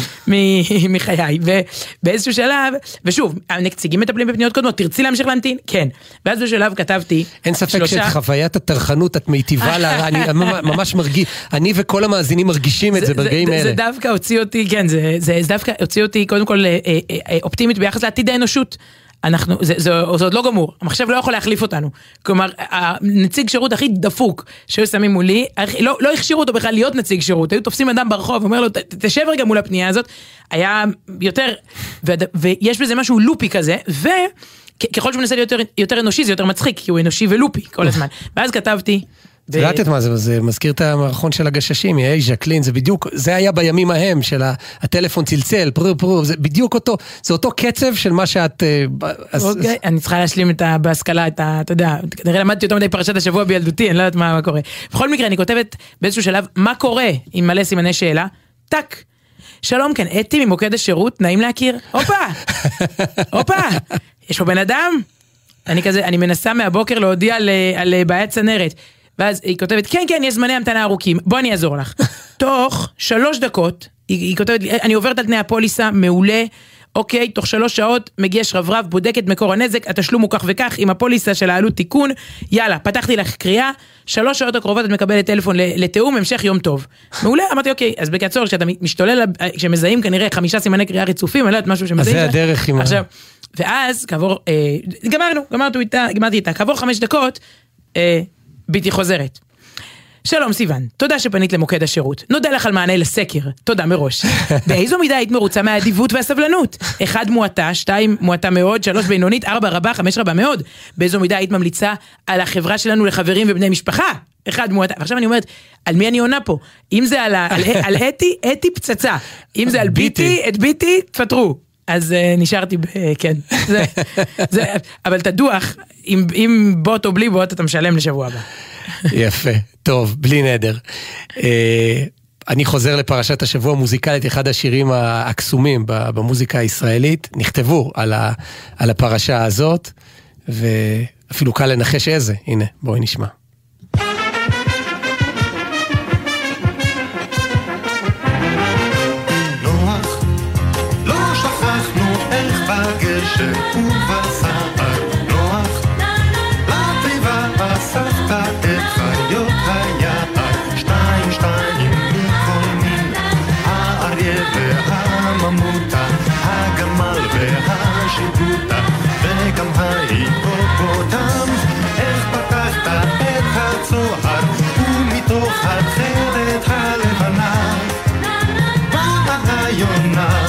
Speaker 2: מחיי, ובאיזשהו שלב, ושוב, הנציגים מטפלים בפניות קודמות, תרצי להמשיך להמתין? כן. באיזשהו שלב כתבתי,
Speaker 1: אין ספק שאת חוויית התרחנות, את מיטיבה לה, אני ממש מרגיש, אני וכל המאזינים מרגישים את זה ברגעים האלה.
Speaker 2: זה דווקא הוציא אותי, כן, זה דווקא הוציא אותי, קודם כל, אופטימית ביחס לעתיד האנושות, אנחנו, זה, זה, זה עוד לא גמור, המחשב לא יכול להחליף אותנו, כלומר, הנציג שירות הכי דפוק שהיו שמים מולי, לא, לא הכשירו אותו בכלל להיות נציג שירות, היו תופסים אדם ברחוב, אומר לו, תשב רגע מול הפנייה הזאת, היה יותר, ו, ויש בזה משהו לופי כזה, וככל שהוא מנסה להיות יותר, יותר אנושי, זה יותר מצחיק, כי הוא אנושי ולופי כל הזמן, ואז כתבתי,
Speaker 1: ראית את מה זה, זה מזכיר את המערכון של הגששים, היי ז'קלין, זה בדיוק, זה היה בימים ההם של הטלפון צלצל, פרו פרו, זה בדיוק אותו, זה אותו קצב של מה שאת...
Speaker 2: אוקיי, אני צריכה להשלים בהשכלה את ה... אתה יודע, כנראה למדתי יותר מדי פרשת השבוע בילדותי, אני לא יודעת מה קורה. בכל מקרה, אני כותבת באיזשהו שלב, מה קורה עם מלא סימני שאלה? טק. שלום כאן, אתי ממוקד השירות, נעים להכיר. הופה, הופה, יש פה בן אדם? אני כזה, אני מנסה מהבוקר להודיע על בעיית צנרת. ואז היא כותבת, כן, כן, יש זמני המתנה ארוכים, בוא אני אעזור לך. תוך שלוש דקות, היא, היא כותבת, אני עוברת על תנאי הפוליסה, מעולה, אוקיי, תוך שלוש שעות מגיע שרברב, בודק את מקור הנזק, התשלום הוא כך וכך, עם הפוליסה של העלות תיקון, יאללה, פתחתי לך קריאה, שלוש שעות הקרובות את מקבלת טלפון לתאום, המשך יום טוב. מעולה, אמרתי, אוקיי, אז בקצור, כשאתה משתולל, כשמזהים כנראה חמישה סימני קריאה רצופים, אני לא יודעת משהו שמזהים.
Speaker 1: אז זה הדרך עם...
Speaker 2: עכשיו, ואז, כעבור, אה, גמרנו, גמרתי איתה, גמרתי איתה, כעבור חמש דקות, אה, ביתי חוזרת. שלום סיוון, תודה שפנית למוקד השירות. נודע לך על מענה לסקר, תודה מראש. באיזו מידה היית מרוצה מהאדיבות והסבלנות? אחד מועטה, שתיים מועטה מאוד, שלוש בינונית, ארבע רבה, חמש רבה מאוד. באיזו מידה היית ממליצה על החברה שלנו לחברים ובני משפחה? אחד מועטה. ועכשיו אני אומרת, על מי אני עונה פה? אם זה על, על, על אתי, אתי פצצה. אם זה על ביטי, את ביטי, תפטרו. אז uh, נשארתי, ב, כן. זה, זה, אבל תדוח, עם, עם בוט או בלי בוט, אתה משלם לשבוע הבא.
Speaker 1: יפה, טוב, בלי נדר. אני חוזר לפרשת השבוע מוזיקלית, אחד השירים הקסומים במוזיקה הישראלית, נכתבו על הפרשה הזאת, ואפילו קל לנחש איזה, הנה, בואי נשמע.
Speaker 3: נוח, לא שכחנו איך בגשם ובסער, נוח, לטבע אספת את חיות היער, שתיים שתיים מכל מין, האריה והממותה, הגמל והשיבוטה, וגם ההיפופוטם, איך פתחת את הצוהר, ומתוך התכלת הלבנה, באה היונה.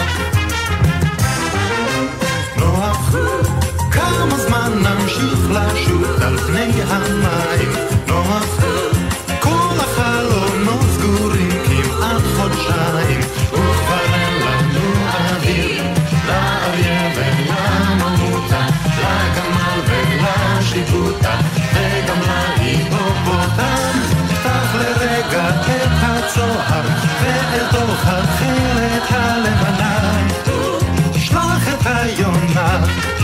Speaker 3: נוח, כמה זמן נמשיך לשוט על פני המים, נוח, כל החלונות סגורים כמעט חודשיים, וכבר אין לנו אוויר, לאריה ולממותה, לגמל ולשיבוטה, וגם להיפופוטם, פתח לרגע את הצוהר, ואל תוך התכלת הלבנה, שלח את היונה.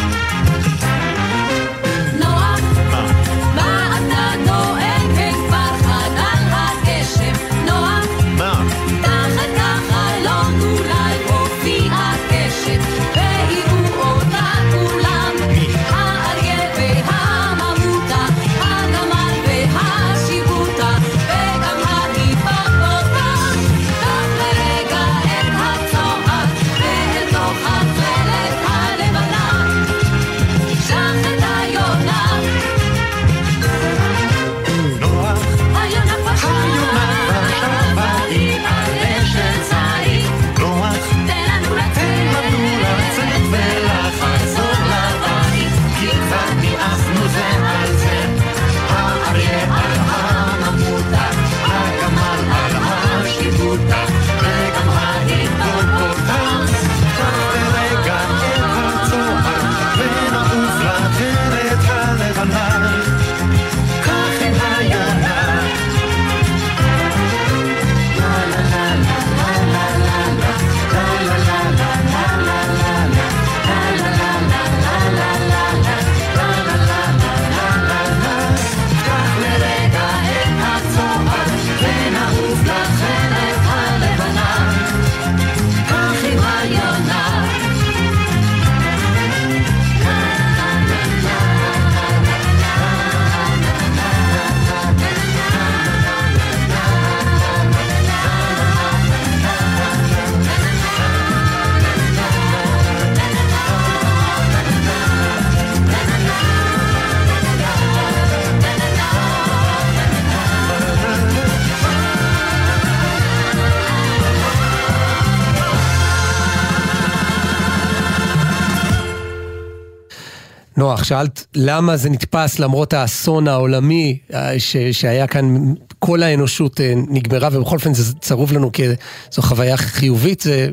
Speaker 1: נוח, שאלת למה זה נתפס למרות האסון העולמי ש, שהיה כאן, כל האנושות נגמרה, ובכל אופן זה צרוב לנו כזו חוויה חיובית, זה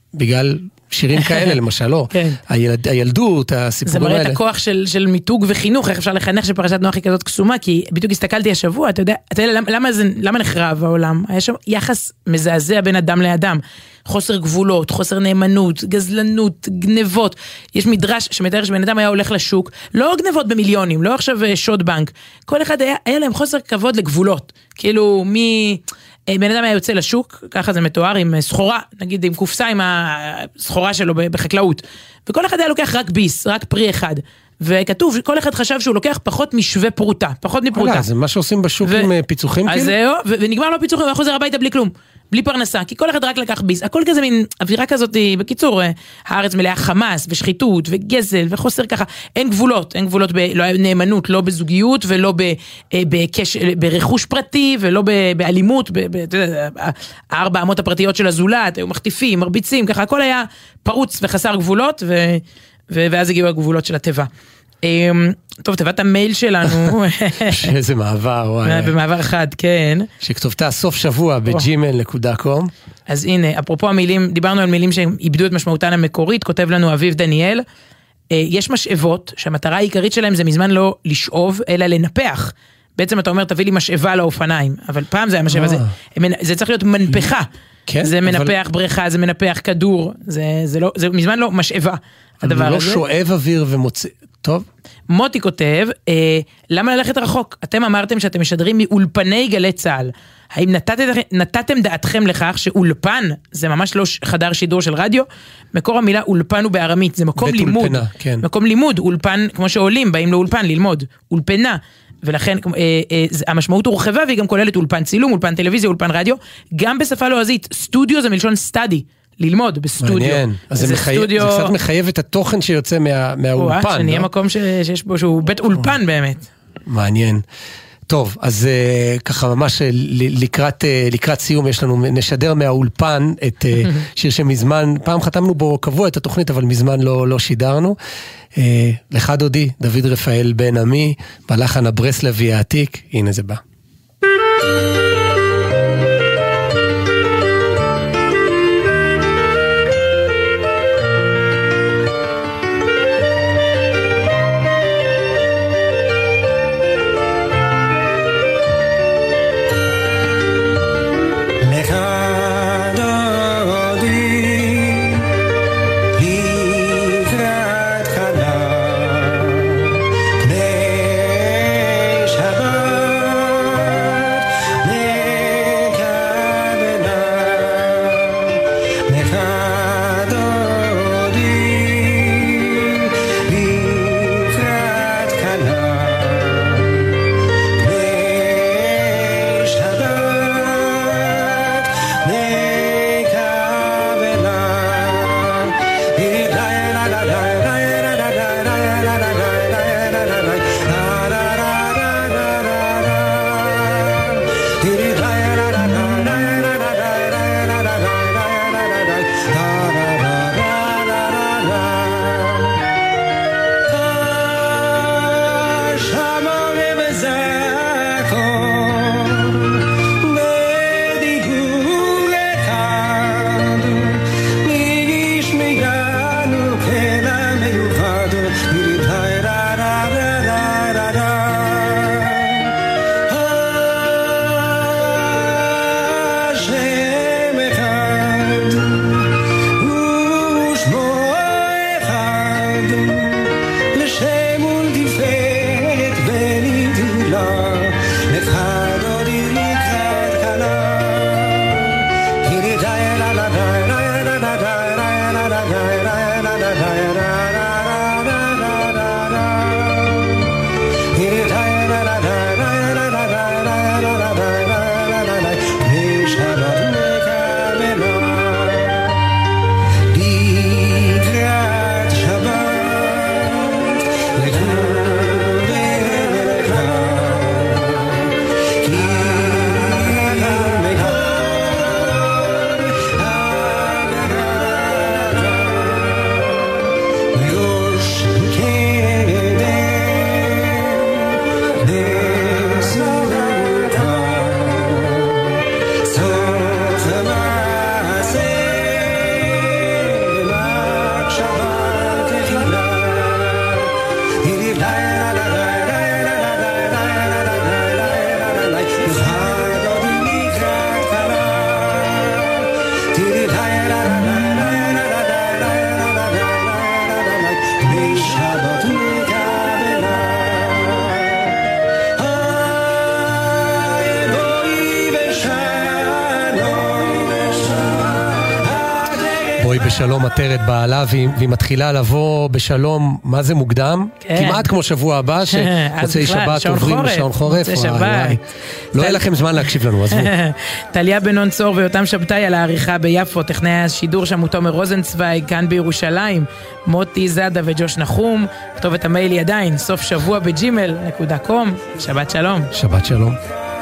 Speaker 1: בגלל שירים כאלה, למשל, לא. הילדות, הסיפורים האלה.
Speaker 2: זה מראה את הכוח של מיתוג וחינוך, איך אפשר לחנך שפרשת נוח היא כזאת קסומה, כי בדיוק הסתכלתי השבוע, אתה יודע, למה נחרב העולם? היה שם יחס מזעזע בין אדם לאדם. חוסר גבולות, חוסר נאמנות, גזלנות, גנבות. יש מדרש שמתאר שבן אדם היה הולך לשוק, לא גנבות במיליונים, לא עכשיו שוד בנק. כל אחד היה, היה להם חוסר כבוד לגבולות. כאילו, מי... בן אדם היה יוצא לשוק, ככה זה מתואר, עם סחורה, נגיד עם קופסה עם הסחורה שלו בחקלאות. וכל אחד היה לוקח רק ביס, רק פרי אחד. וכתוב, כל אחד חשב שהוא לוקח פחות משווה פרוטה, פחות מפרוטה.
Speaker 1: זה מה שעושים בשוק עם פיצוחים כאילו?
Speaker 2: אז זהו, ונגמר לו פיצוחים, הוא חוזר הביתה בלי כלום. בלי פרנסה, כי כל אחד רק לקח ביס, הכל כזה מין אווירה כזאת, בקיצור, הארץ מלאה חמאס ושחיתות וגזל וחוסר ככה, אין גבולות, אין גבולות בנאמנות, לא בזוגיות ולא ברכוש פרטי ולא באלימות, הארבע אמות הפרטיות של הזולת, היו מחטיפים, מרביצים, ככה, הכל היה פרוץ וחסר גבולות, ואז הגיעו הגבולות של הטבע. טוב, תיבת המייל שלנו.
Speaker 1: איזה מעבר, וואי.
Speaker 2: במעבר אחד, כן.
Speaker 1: שכתובתה סוף שבוע ב-ג'ימייל נקודה קום.
Speaker 2: אז הנה, אפרופו המילים, דיברנו על מילים שאיבדו את משמעותן המקורית, כותב לנו אביב דניאל, יש משאבות שהמטרה העיקרית שלהם זה מזמן לא לשאוב, אלא לנפח. בעצם אתה אומר, תביא לי משאבה לאופניים, אבל פעם זה היה משאבה, זה צריך להיות מנפחה. זה מנפח בריכה, זה מנפח כדור, זה מזמן לא משאבה.
Speaker 1: הדבר הזה. לא שואב אוויר ומוצא, טוב.
Speaker 2: מוטי כותב, אה, למה ללכת רחוק? אתם אמרתם שאתם משדרים מאולפני גלי צהל. האם נתתם, נתתם דעתכם לכך שאולפן זה ממש לא חדר שידור של רדיו? מקור המילה אולפן הוא בארמית, זה מקום לימוד. אולפנה, כן. מקום לימוד, אולפן, כמו שעולים, באים לאולפן ללמוד, אולפנה. ולכן אה, אה, המשמעות הורחבה והיא גם כוללת אולפן צילום, אולפן טלוויזיה, אולפן רדיו, גם בשפה לועזית, סטודיו זה מלשון סטאדי. ללמוד בסטודיו.
Speaker 1: מעניין. אז זה, מחייב, סטודיו... זה קצת מחייב את התוכן שיוצא מה, מהאולפן.
Speaker 2: וואו, שנהיה
Speaker 1: לא?
Speaker 2: מקום ש... שיש בו, שהוא בית אולפן באמת.
Speaker 1: מעניין. טוב, אז uh, ככה ממש לקראת, uh, לקראת סיום יש לנו, נשדר מהאולפן את uh, שיר שמזמן, פעם חתמנו בו קבוע את התוכנית, אבל מזמן לא, לא שידרנו. Uh, לך דודי, דוד רפאל בן עמי, בלחן הברסלבי העתיק, הנה זה בא.
Speaker 3: Shabbat
Speaker 1: בשלום עטרת בעלה, והיא מתחילה לבוא בשלום, מה זה מוקדם? כמעט כמו שבוע הבא, שמוצאי שבת עוברים לשעון חורף. לא יהיה לכם זמן להקשיב לנו, עזבו.
Speaker 2: טליה בנון צור ויותם שבתאי על העריכה ביפו, טכנאי השידור שם הוא תומר רוזנצוויג, כאן בירושלים, מוטי זאדה וג'וש נחום, כתובת המייל היא עדיין, סוף שבוע בג'ימל נקודה קום, שבת שלום.
Speaker 1: שבת שלום.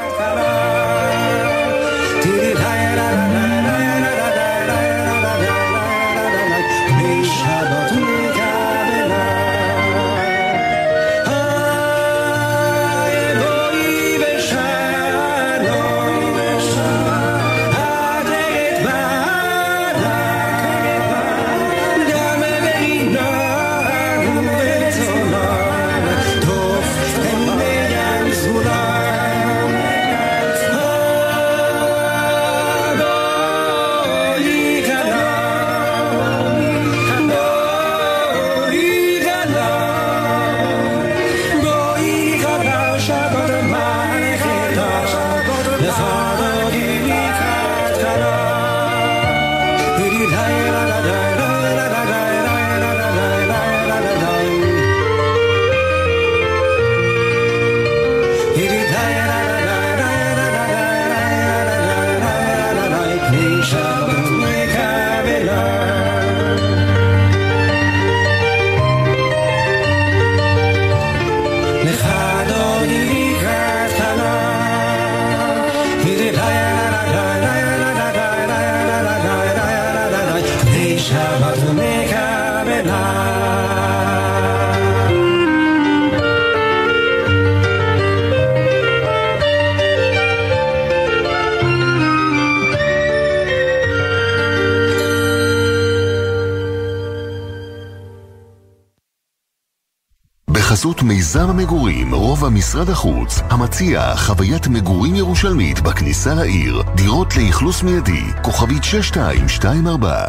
Speaker 4: בחסות מיזם המגורים רובע משרד החוץ המציע חוויית מגורים ירושלמית בכניסה לעיר, דירות לאכלוס מיידי, כוכבית שש שתיים שתיים ארבע.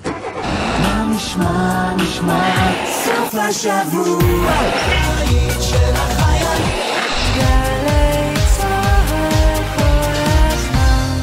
Speaker 5: מה נשמע נשמע סוף השבוע היית של החיילים גלי צהר כל הזמן.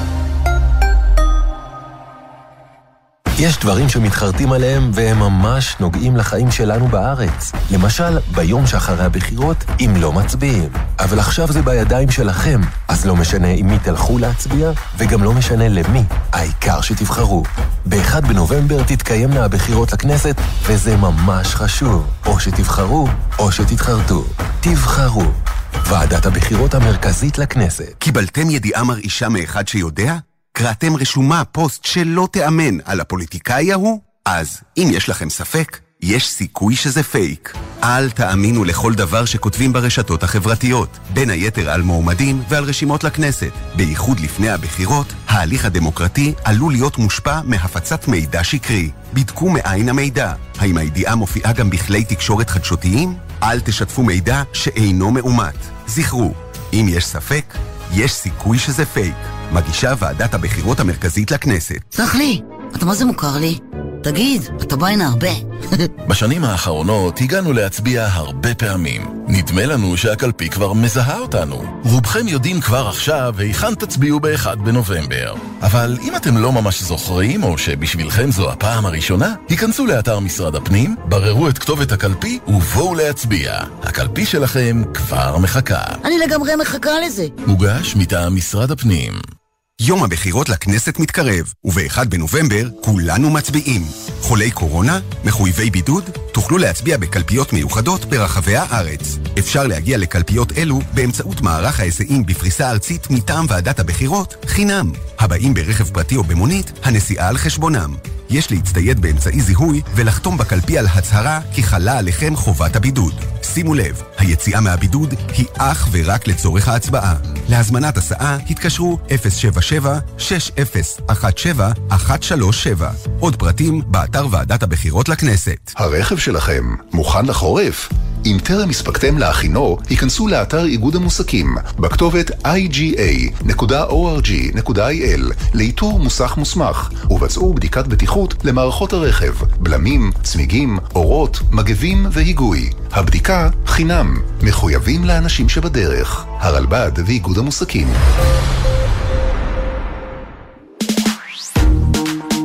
Speaker 6: יש דברים שמתחרטים עליהם והם ממש נוגעים לחיים שלנו בארץ. למשל, ביום שאחרי הבחירות, אם לא מצביעים. אבל עכשיו זה בידיים שלכם, אז לא משנה עם מי תלכו להצביע, וגם לא משנה למי. העיקר שתבחרו. באחד בנובמבר תתקיימנה הבחירות לכנסת, וזה ממש חשוב. או שתבחרו, או שתתחרטו. תבחרו. ועדת הבחירות המרכזית לכנסת.
Speaker 7: קיבלתם ידיעה מרעישה מאחד שיודע? קראתם רשומה פוסט שלא תאמן על הפוליטיקאי ההוא? אז אם יש לכם ספק, יש סיכוי שזה פייק. אל תאמינו לכל דבר שכותבים ברשתות החברתיות, בין היתר על מועמדים ועל רשימות לכנסת. בייחוד לפני הבחירות, ההליך הדמוקרטי עלול להיות מושפע מהפצת מידע שקרי. בדקו מאין המידע. האם הידיעה מופיעה גם בכלי תקשורת חדשותיים? אל תשתפו מידע שאינו מאומת. זכרו, אם יש ספק, יש סיכוי שזה פייק. מגישה ועדת הבחירות המרכזית לכנסת.
Speaker 8: סלח לי, אתה מה זה מוכר לי? תגיד, אתה בא הנה הרבה.
Speaker 9: בשנים האחרונות הגענו להצביע הרבה פעמים. נדמה לנו שהקלפי כבר מזהה אותנו. רובכם יודעים כבר עכשיו היכן תצביעו באחד בנובמבר. אבל אם אתם לא ממש זוכרים, או שבשבילכם זו הפעם הראשונה, היכנסו לאתר משרד הפנים, בררו את כתובת הקלפי ובואו להצביע. הקלפי שלכם כבר מחכה.
Speaker 8: אני לגמרי מחכה לזה.
Speaker 9: מוגש מטעם משרד הפנים.
Speaker 7: יום הבחירות לכנסת מתקרב, ובאחד בנובמבר כולנו מצביעים. חולי קורונה, מחויבי בידוד, תוכלו להצביע בקלפיות מיוחדות ברחבי הארץ. אפשר להגיע לקלפיות אלו באמצעות מערך ההיסעים בפריסה ארצית מטעם ועדת הבחירות, חינם. הבאים ברכב פרטי או במונית, הנסיעה על חשבונם. יש להצטייד באמצעי זיהוי ולחתום בקלפי על הצהרה כי חלה עליכם חובת הבידוד. שימו לב, היציאה מהבידוד היא אך ורק לצורך ההצבעה. להזמנת הסעה התקשרו אפס שבע שבע שש אפס אחת שבע אחת שלוש שבע. עוד פרטים באתר ועדת הבחירות לכנסת.
Speaker 4: הרכב שלכם מוכן לחורף? אם טרם הספקתם להכינו, היכנסו לאתר איגוד המוסקים בכתובת איי ג'י איי נקודה או אר ג'י נקודה איי אל לאיתור מוסך מוסמך ובצעו בדיקת בטיחות למערכות הרכב, בלמים, צמיגים, אורות, מגבים והיגוי. הבדיקה חינם, מחויבים לאנשים שבדרך. הרלב"ד ואיגוד המוסקים.
Speaker 10: מיד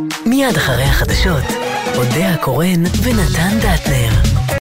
Speaker 10: מיד אחרי החדשות, אודיה קורן ונתן דטנר.